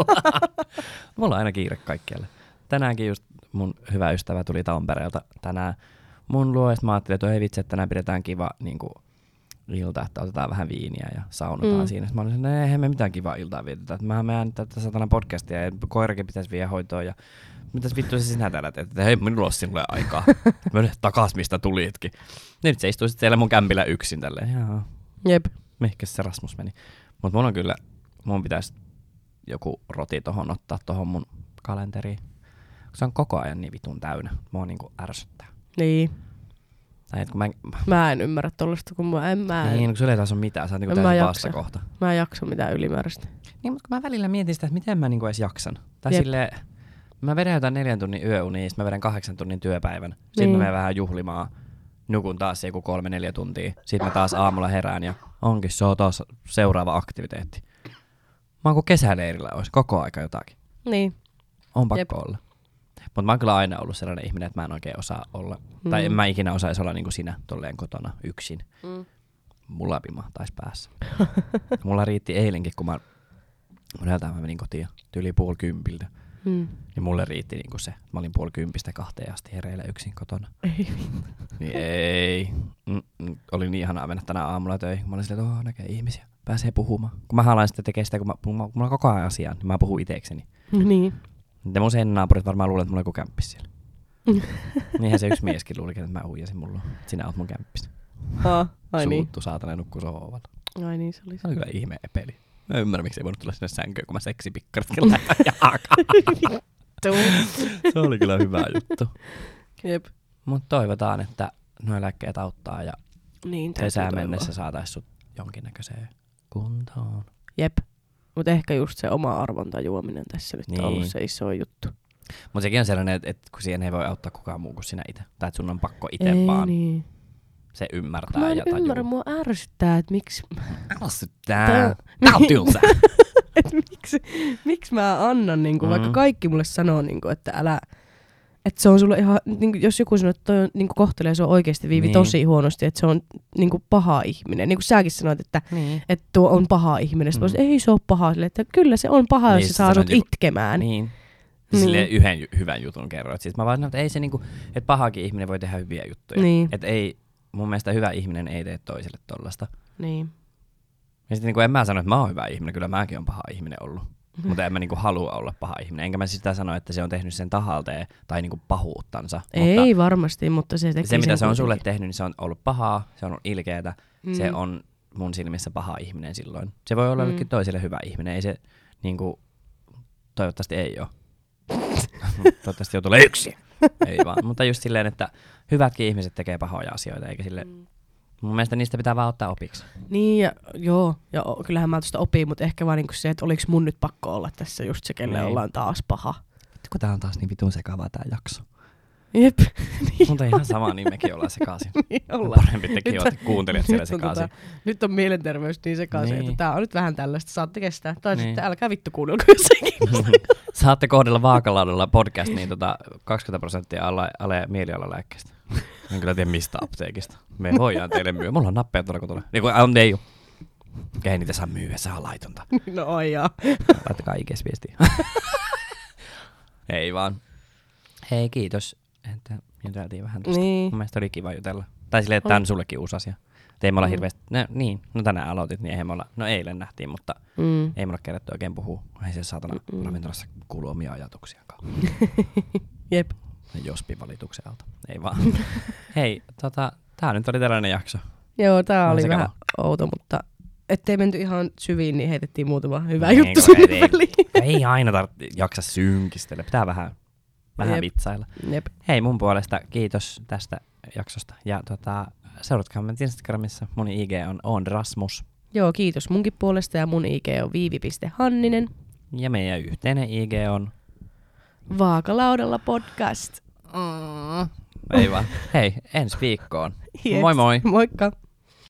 Mulla on aina kiire kaikkialle. Tänäänkin just mun hyvä ystävä tuli Tampereelta tänään mun luo, ja mä ajattelin, että ei vitsi, että tänään pidetään kiva niin kuin, ilta, että otetaan vähän viiniä ja saunotaan Mm. siinä. Sitten mä olin, että eihän me mitään kivaa iltaa vietetä. Mä menen tätä satana podcastia ja koirakin pitäisi viedä hoitoon ja mitäs vittu se sinä täällä teet, että hei, minulla on sinulle aikaa. Mä nyt takas, mistä tulitkin. Nyt se istui sitten siellä mun kämpillä yksin tälleen. Jaa, Jep. mihinkäs se Rasmus meni. Mut mulla on kyllä, mun pitäisi joku roti tohon ottaa tohon mun kalenteriin. Se on koko ajan niin vitun täynnä. Mua niinku ärsyttää. Niin. Tai et kun mä, Mä en ymmärrä tollaista, kun mä en, mä en, niin, kun sulla ei taas ole mitään, sä oot niinku En mä täysin jaksa. vastakohta. mä en jaksa mitään ylimääräistä. Niin, mutta kun mä välillä mietin sitä, että miten mä niinku edes jaksan. Tai Jep. silleen, mä vedän jotain neljän tunnin yöunia, sit mä vedän kahdeksan tunnin työpäivän. Sitten Niin. mä menen vähän juhlimaan, nukun taas joku kolme neljä tuntia. Sitten mä taas aamulla herään ja onkin se on taas seuraava aktiviteetti. Mä oon kuin kesäleirillä olisi koko aika jotakin. Niin. On pakko Jep. olla. Mutta mä oon kyllä aina ollut sellainen ihminen, että mä en oikein osaa olla. Mm. Tai en mä ikinä osaisi olla niin kuin sinä tolleen kotona yksin. Mm. Mulla pimahtais päässä. Mulla riitti eilenkin, kun mä monelta mä menin kotiin yli puoli kympiltä. Mm. Niin mulle riitti niinku se. Mä olin puoli kympistä kahteen asti hereillä yksin kotona. Ei. Niin ei. Mm-mm. Oli niin ihanaa mennä tänä aamulla töihin. Mä olin silleen, että oh, näkee ihmisiä. Pääsee puhumaan. Kun mä haluan sitten tekee sitä, kun mä, kun mä, kun mulla on koko ajan asiaa, niin mä puhun itekseni. Niin. Ja mun sen naapurit varmaan luulee, että mulla on joku kämppis siellä. Niinhän se yksi mieskin luuli, että mä huijasin mulla. Sinä oot mun kämppis. Aa, ai niin. Suuttu saatana ja nukkuu sohvalla. Ai niin, se oli Se oli kyllä ihme epeli. Mä ymmärrän, miksi ei voinut tulla sinne sänkyyn, kun mä seksipikkaritkin laitan jalkaan. Se oli kyllä hyvä juttu. Jep. Mutta toivotaan, että nuo lääkkeet auttaa ja Niin, täytyy kesään toivoa. mennessä saatais sut jonkinnäköiseen kuntoon. Jep. Mutta ehkä just se oma arvontajuominen tässä nyt Niin. on ollut se iso juttu. Mutta sekin on sellainen, että et kun siihen ei voi auttaa kukaan muu kuin sinä itse. Tai että sun on pakko itse Ei vaan niin. se ymmärtää Mä en ja tajua. ymmärrä, mua ärsyttää, että miksi... Ärsyttää. Tää- Tää on tylsä. et miksi, miksi mä annan, niinku, Mm. vaikka kaikki mulle sanoo, niinku, että älä... Että se on sulle ihan, niinku, jos joku sanoo, että toi on, niinku, kohtelee sua oikeasti Viivi Niin. tosi huonosti, että se on niinku, paha ihminen. Niin kuin säkin sanoit, että, Niin. että tuo on paha ihminen. Sitten Mm. mm. ei se ole paha. Silleen, että kyllä se on paha, Niin, jos se sä saa sanoit sut joku- itkemään. Niin. Niin. Silleen yhden ju- hyvän jutun kerroit. Siis mä vaan sanoin, että ei se niinku, että pahakin ihminen voi tehdä hyviä juttuja. Niin. Että ei, mun mielestä hyvä ihminen ei tee toiselle tollasta. Niin. Ja sitten niinku en mä sano, että mä oon hyvä ihminen, kyllä mäkin on paha ihminen ollut. Mm-hmm. Mutta en mä niinku halua olla paha ihminen. Enkä mä sitä sano, että se on tehnyt sen tahalteen tai niinku pahuuttansa. Ei Mutta varmasti, mutta se teki se, mitä sen se on sulle kuitenkin. tehnyt, niin se on ollut pahaa, se on ollut ilkeätä. Mm. Se on mun silmissä paha ihminen silloin. Se voi olla Mm. jollekin toiselle hyvä ihminen. Ei se niinku, toivottavasti ei ole. Toivottavasti joutuu tulee yksi. Ei vaan. Mutta just silleen, että hyvätkin ihmiset tekee pahoja asioita, eikä sille. Mm. Mun mielestä niistä pitää vaan ottaa opiksi. Niin, ja, joo. Ja o- kyllähän mä tuosta opin, mutta ehkä vaan niinku se, että oliks mun nyt pakko olla tässä just se, kelle Niin. ollaan taas paha. Kun tää on taas niin vitun sekavaa tää jakso. Jep. Mutta ihan sama, niin mekin ollaan sekaisin. Niin ollaan. Parempi tekin Nyt olette kuuntelijat siellä nyt on sekaisin. tota- Nyt on mielenterveys niin sekaisin, Niin. että tää on nyt vähän tällaista. Saatte kestää. Tai Niin. sitten älkää vittu kuunnelko jossakin. Saatte kohdella vaakalaudalla podcast, niin tota kaksikymmentä prosenttia alle, alle mielialalääkkeestä. En kyllä tiedä mistä apteekista. Me voidaan teille myydä. Mulla on nappeja tuolla kotona. Niin kuin on, ei oo. Ei niitä saa myyä, se on laitonta. No ai jaa. Laittakaa I G:s viestiä. Ei vaan. Hei, kiitos, että juteltiin vähän tästä. Niin. Mun mielestä oli kiva jutella. Tai silleen, että tää on Oli. sullekin uusi asia. Et ei me olla Mm. hirveästi, no niin, no tänään aloitit, niin eihän me olla, no eilen nähtiin, mutta Mm. ei me olla kerätty oikein puhua. Ei se saatana Mm-mm. ravintolassa kuulu omia ajatuksiakaan. Jep. Jospi valituksen alta. Ei vaan. Hei, tota, tää nyt oli tällainen jakso. Joo, tää On oli sekava. vähän outo, mutta ettei menty ihan syviin, niin heitettiin muutama hyvä Niin, juttu kun sinne ei- väliin. Ei aina tarvitse jaksa synkistellä. Pitää vähän, vähän Jep. vitsailla. Jep. Hei, mun puolesta kiitos tästä jaksosta. Ja tota, seuratkaa meitä Instagramissa. Mun I G on onrasmus. Joo, kiitos munkin puolesta ja mun I G on viivi piste hanninen. Ja meidän yhteinen I G on... Vaakalaudalla podcast. Ei vaan. Hei, ensi viikkoon. Jeps. Moi moi. Moikka.